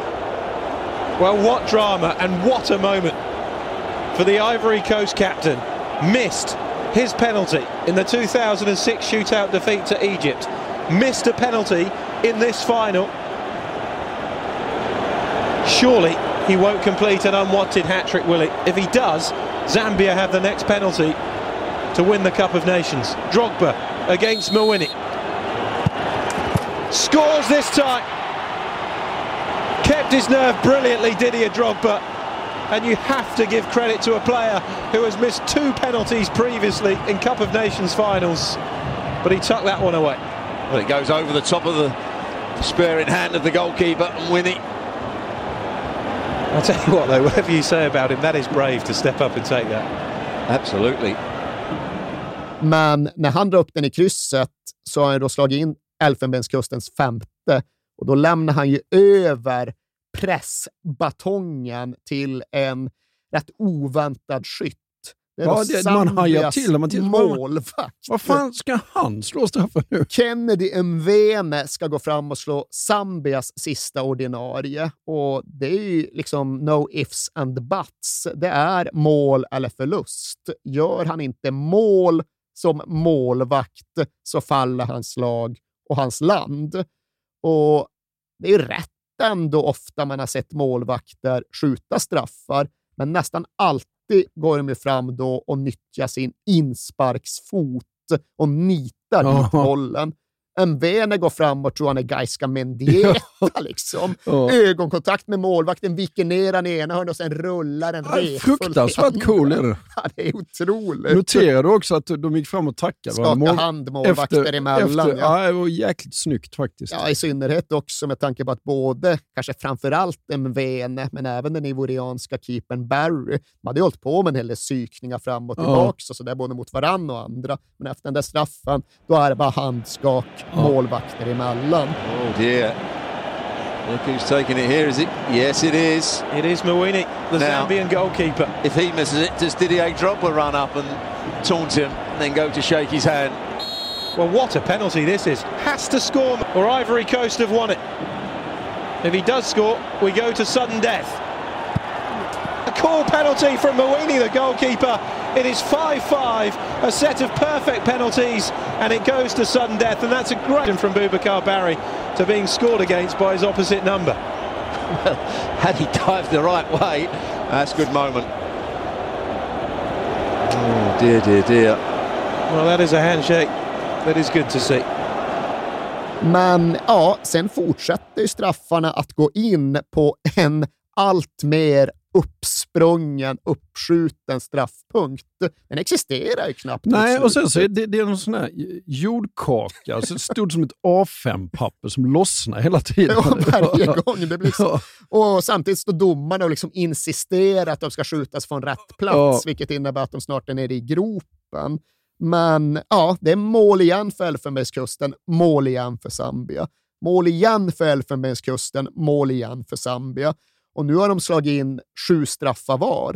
Well, what drama and what a moment for the Ivory Coast captain. Missed his penalty in the 2006 shootout defeat to Egypt. Missed a penalty in this final. Surely he won't complete an unwanted hat-trick, will he? If he does, Zambia have the next penalty to win the Cup of Nations. Drogba against Mawini. Scores this time. Kept his nerve brilliantly, Didier Drogba. And you have to give credit to a player who has missed 2 penalties previously in Cup of Nations finals. But he tucked that one away. Well, it goes over the top of the sparing hand of the goalkeeper, Mawini. I'll tell you what though, whatever you say about him, that is brave to step up and take that. Absolutely. Men när han drar upp den i krysset så har han då slagit in Elfenbenskustens 5:e, och då lämnar han ju över pressbatongen till en rätt oväntad skytt. Det är man hajar till. Målvakt. Vad fan ska han slå straffen nu? Kennedy Mvene ska gå fram och slå Zambias sista ordinarie. Och det är ju liksom no ifs and buts. Det är mål eller förlust. Gör han inte mål som målvakt så faller hans lag och hans land. Och det är ju rätt ändå ofta man har sett målvakter skjuta straffar, men nästan alltid går de ju fram då och nyttjar sin insparksfot och nitar dit bollen. Mvene går fram och tror han är Gaisca Mendieta liksom. Ögonkontakt med målvakten, viker ner han i ena hörnet och sen rullar en rep. Fruktansvärt cool är det. Ja, det är otroligt. Noterar du också att de gick fram och tackade? Skaka hand målvakter emellan. Ja, det var jäkligt snyggt faktiskt. Ja, i synnerhet också med tanke på att både, kanske framförallt Mvene, men även den ivorianska keepern Barry, de hade ju hållit på med en hel del psykningar fram och tillbaka, så där både mot varann och andra. Men efter den där straffen, då är det bara handskak målvakter emellan. Oh dear. Look who's taking it here, is it? Yes, it is. It is Mawini, the Zambian goalkeeper. If he misses it, does Didier Drogba run up and taunt him and then go to shake his hand? Well, what a penalty this is. Has to score, or Ivory Coast have won it. If he does score, we go to sudden death. A cool penalty from Mawini, the goalkeeper. It is 5-5, a set of perfect penalties, and it goes to sudden death. And that's a great from Boubacar Barry to being scored against by his opposite number. Well, had he dived the right way, that's a good moment. Oh dear, dear, dear. Well, that is a handshake. That is good to see. Men ja, sen fortsätter ju straffarna att gå in på en allt mer uppsprungen, uppskjuten straffpunkt. Den existerar ju knappt. Nej, och sen så är det är någon sån här jordkaka. Så det stod som ett A5-papper som lossnar hela tiden. Ja, varje gång. Det blir så. Och samtidigt står domarna och liksom insisterar att de ska skjutas från rätt plats, vilket innebär att de snart är nere i gropen. Men ja, det är mål igen för Elfenbenskusten, mål igen för Zambia. Mål igen för Elfenbenskusten, mål igen för Zambia. Och nu har de slagit in 7 straffar var.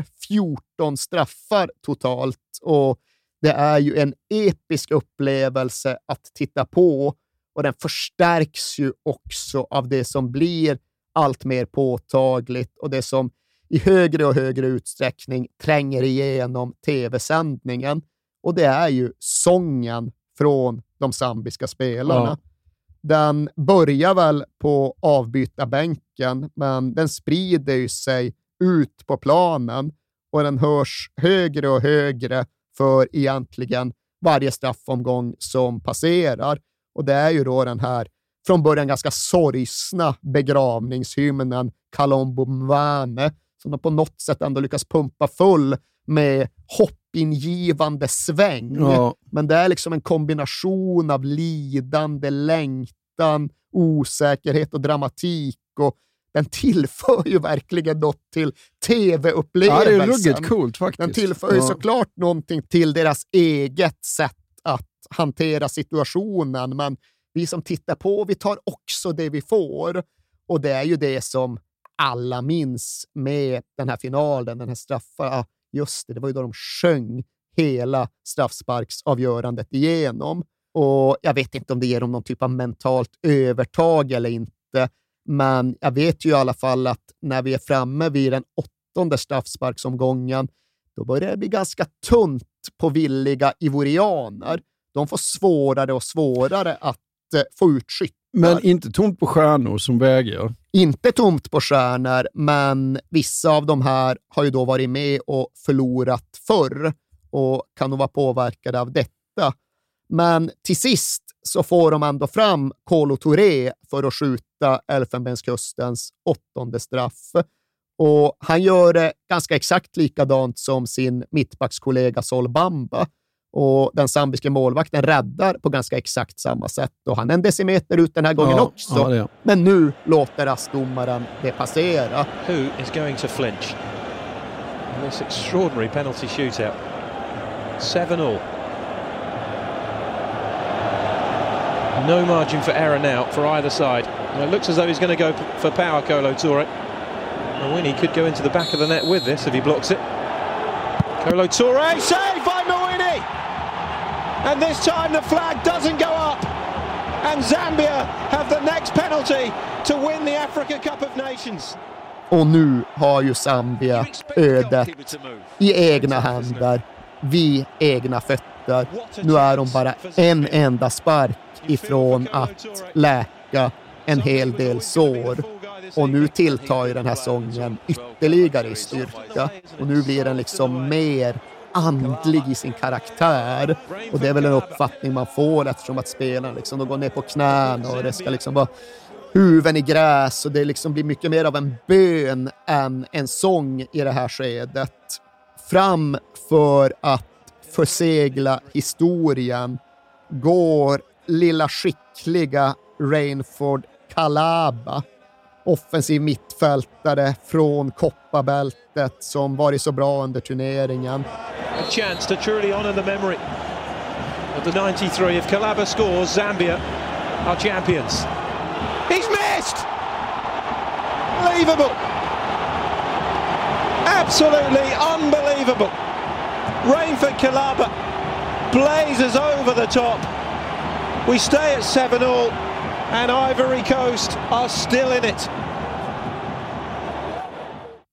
14 straffar totalt. Och det är ju en episk upplevelse att titta på. Och den förstärks ju också av det som blir allt mer påtagligt. Och det som i högre och högre utsträckning tränger igenom tv-sändningen. Och det är ju sången från de zambiska spelarna. Ja. Den börjar väl på avbytarbänken, men den sprider ju sig ut på planen och den hörs högre och högre för egentligen varje straffomgång som passerar. Och det är ju då den här från början ganska sorgsna begravningshymnen Kalombo Mwane, som de på något sätt ändå lyckas pumpa full med hoppingivande sväng. Ja. Men det är liksom en kombination av lidande, längtan, osäkerhet och dramatik, och den tillför ju verkligen något till tv-upplevelsen. Ja, det är ruggigt coolt faktiskt. Den tillför ju såklart någonting till deras eget sätt att hantera situationen, men vi som tittar på, vi tar också det vi får. Och det är ju det som alla minns med den här finalen, den här straffen. Just det var ju då de sjöng hela straffsparksavgörandet igenom. Och jag vet inte om det ger dem någon typ av mentalt övertag eller inte. Men jag vet ju i alla fall att när vi är framme vid den 8:e straffsparksomgången, då börjar det bli ganska tunt på villiga ivorianer. De får svårare och svårare att få ut skyttar. Men inte tomt på stjärnor som väger. Inte tomt på stjärnor, men vissa av de här har ju då varit med och förlorat förr och kan nog vara påverkade av detta. Men till sist så får de ändå fram Kolo Touré för att skjuta Elfenbenskustens 8:e straff. Och han gör det ganska exakt likadant som sin mittbackskollega Sol Bamba. Och den zambiske målvakten räddar på ganska exakt samma sätt. Och han är en decimeter ut den här gången också. Ja, det. Men nu låter rastdomaren det passera. Who is going to flinch? In this extraordinary penalty shootout. 7-7. No margin for error now for either side. And it looks as though he's going to go for power, Kolo Touré. Mawini could go into the back of the net with this if he blocks it. Kolo Touré, saved by Mawini! And this time the flag doesn't go up. And Zambia have the next penalty to win the Africa Cup of Nations. Och nu har ju Zambia ödet i egna händer, vid egna fötter. Nu är de bara en enda spark ifrån att läka en hel del sår. Och nu tilltar ju den här sången ytterligare i styrka. Och nu blir den liksom mer andlig i sin karaktär. Och det är väl en uppfattning man får eftersom att spelarna liksom, de går ner på knäna och det ska liksom vara huven i gräs. Och det liksom blir mycket mer av en bön än en sång i det här skedet. Fram för att försegla historien går lilla skickliga Rainford Kalaba, offensiv mittfältare från kopparbältet som varit så bra under turneringen. A chance to truly honor the memory of the 93. If Kalaba scores, Zambia are champions. He's missed! Unbelievable! Absolutely unbelievable! Rainford Kalaba blazes over the top. We stay at 7-7 and Ivory Coast are still in it.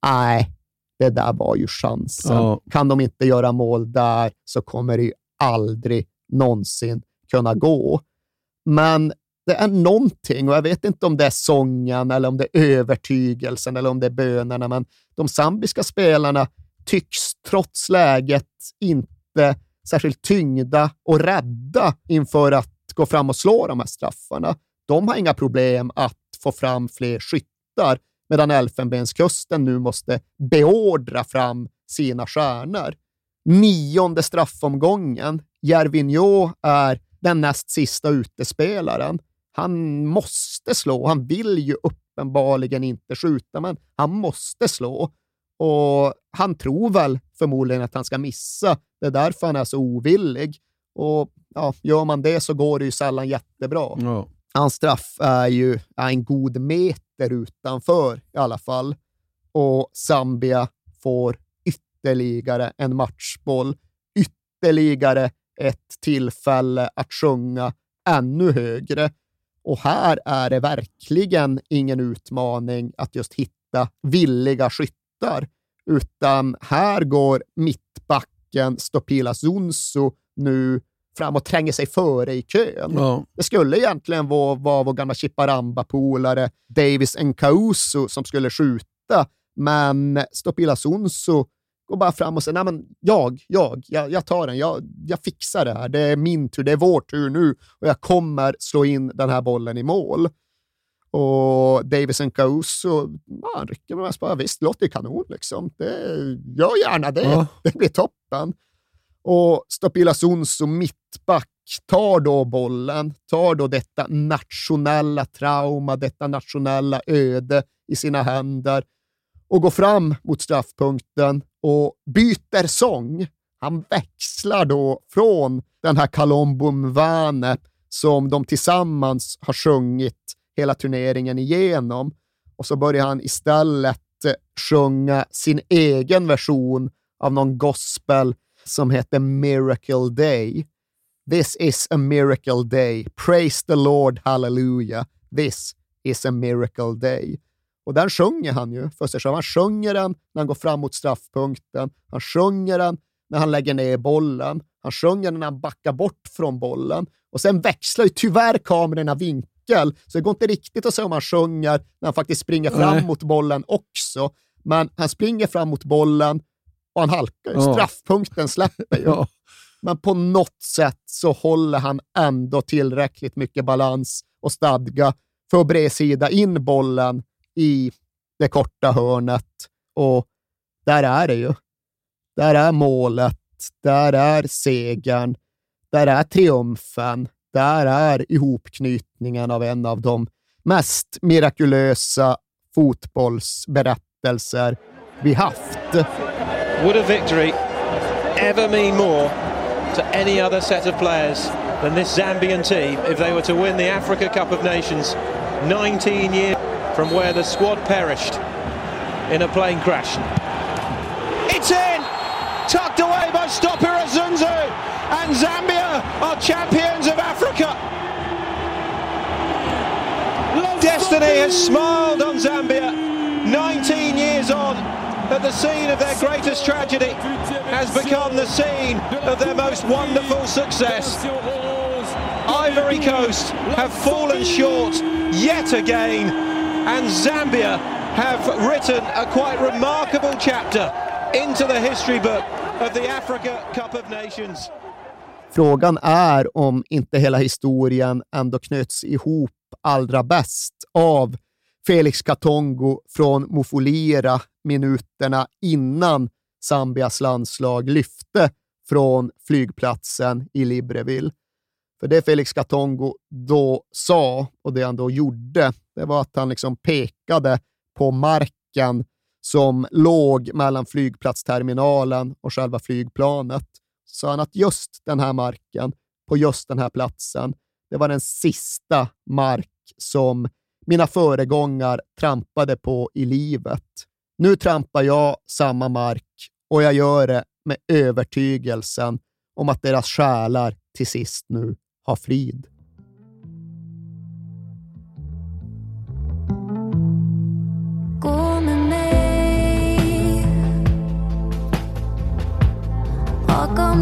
nej, det där var ju chansen. Ja. Kan de inte göra mål där så kommer det ju aldrig någonsin kunna gå. Men det är någonting, och jag vet inte om det är sången eller om det är övertygelsen eller om det är bönerna, men de zambiska spelarna tycks trots läget inte särskilt tyngda och rädda inför att gå fram och slå de här straffarna. De har inga problem att få fram fler skyttar, medan Elfenbenskusten nu måste beordra fram sina stjärnor. 9:e straffomgången. Gervinho är den näst sista utespelaren. Han måste slå. Han vill ju uppenbarligen inte skjuta, men han måste slå. Och han tror väl förmodligen att han ska missa. Det är därför han är så ovillig. Och ja, gör man det så går det ju sällan jättebra. Ja. Hans straff är ju en god meter utanför i alla fall. Och Zambia får ytterligare en matchboll. Ytterligare ett tillfälle att sjunga ännu högre. Och här är det verkligen ingen utmaning att just hitta villiga skyttar. Utan här går mittbacken Stopila Zunzu nu fram och tränger sig före i kön. Ja. Det skulle egentligen vara vår gamla Chiparamba-polare Davis Nkausu som skulle skjuta, men Stopila Zunzu går bara fram och säger, nej men jag tar den, jag fixar det här, det är min tur, det är vår tur nu och jag kommer slå in den här bollen i mål. Och Davis Nkausu, han rycker med mig, visst, låter ju kanon liksom. Gör gärna det, ja. Det blir toppen. Och Stopila Zunzu, mittback, tar då bollen, tar då detta nationella trauma, detta nationella öde i sina händer och går fram mot straffpunkten och byter sång. Han växlar då från den här Kalombo Mvane som de tillsammans har sjungit hela turneringen igenom, och så börjar han istället sjunga sin egen version av någon gospel som heter Miracle Day. This is a miracle day. Praise the Lord, hallelujah. This is a miracle day. Och den sjunger han ju för sig själv. Han sjunger den när han går fram mot straffpunkten. Han sjunger den när han lägger ner bollen. Han sjunger den när han backar bort från bollen. Och sen växlar ju tyvärr kamerorna vinkel. Så det går inte riktigt att säga om han sjunger när han faktiskt springer fram mot bollen också. Men han springer fram mot bollen och han halkar ju. Straffpunkten släpper ju. Men på något sätt så håller han ändå tillräckligt mycket balans och stadga för att bredsida in bollen i det korta hörnet. Och där är det ju. Där är målet. Där är segern. Där är triumfen. Där är ihopknytningen av en av de mest mirakulösa fotbollsberättelser vi haft. Would a victory ever mean more to any other set of players than this Zambian team if they were to win the Africa Cup of Nations 19 years from where the squad perished in a plane crash? It's in! Tucked away by Stopira Zunzu, and Zambia are champions of Africa. Destiny has smiled on Zambia 19 years on. That the scene of their greatest tragedy has become the scene of their most wonderful success. Ivory Coast have fallen short yet again, and Zambia have written a quite remarkable chapter into the history book of the Africa Cup of Nations. Frågan är om inte hela historien ändå knöts ihop allra bäst av Felix Katongo från Mufulira minuterna innan Zambias landslag lyfte från flygplatsen i Libreville. För det Felix Katongo då sa och det han då gjorde, det var att han liksom pekade på marken som låg mellan flygplatsterminalen och själva flygplanet. Så han att just den här marken, på just den här platsen, det var den sista mark som mina föregångar trampade på i livet. Nu trampar jag samma mark och jag gör det med övertygelsen om att deras själar till sist nu har frid. Gå med mig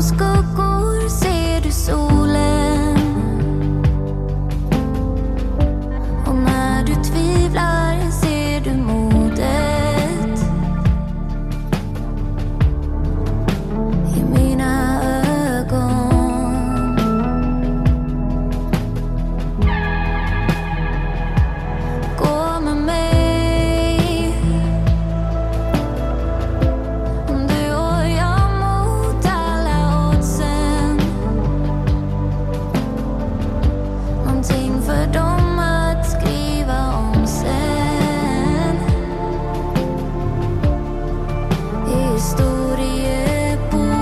skuggor ser du solen. Och när du tvivlar ser du modet i mina ögon. Gå med mig, du och jag mot alla oddsen. Någonting för dem att skriva om sen i historieboken.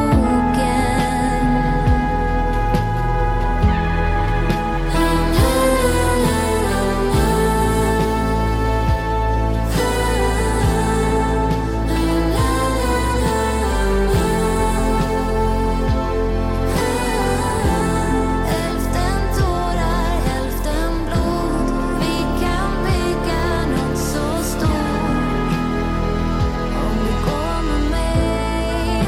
Hälften tårar, hälften blod. Vi kan bygga något så stort om du går med mig.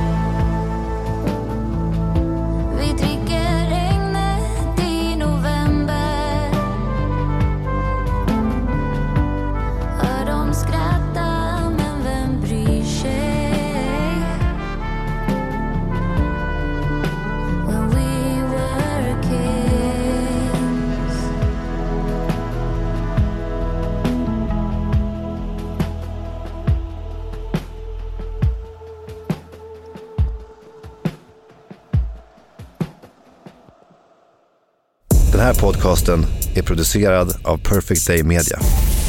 Vi dricker regnet i november. Hör dem skratta, men vem bryr sig? When we were kids. Den här podcasten är producerad av Perfect Day Media.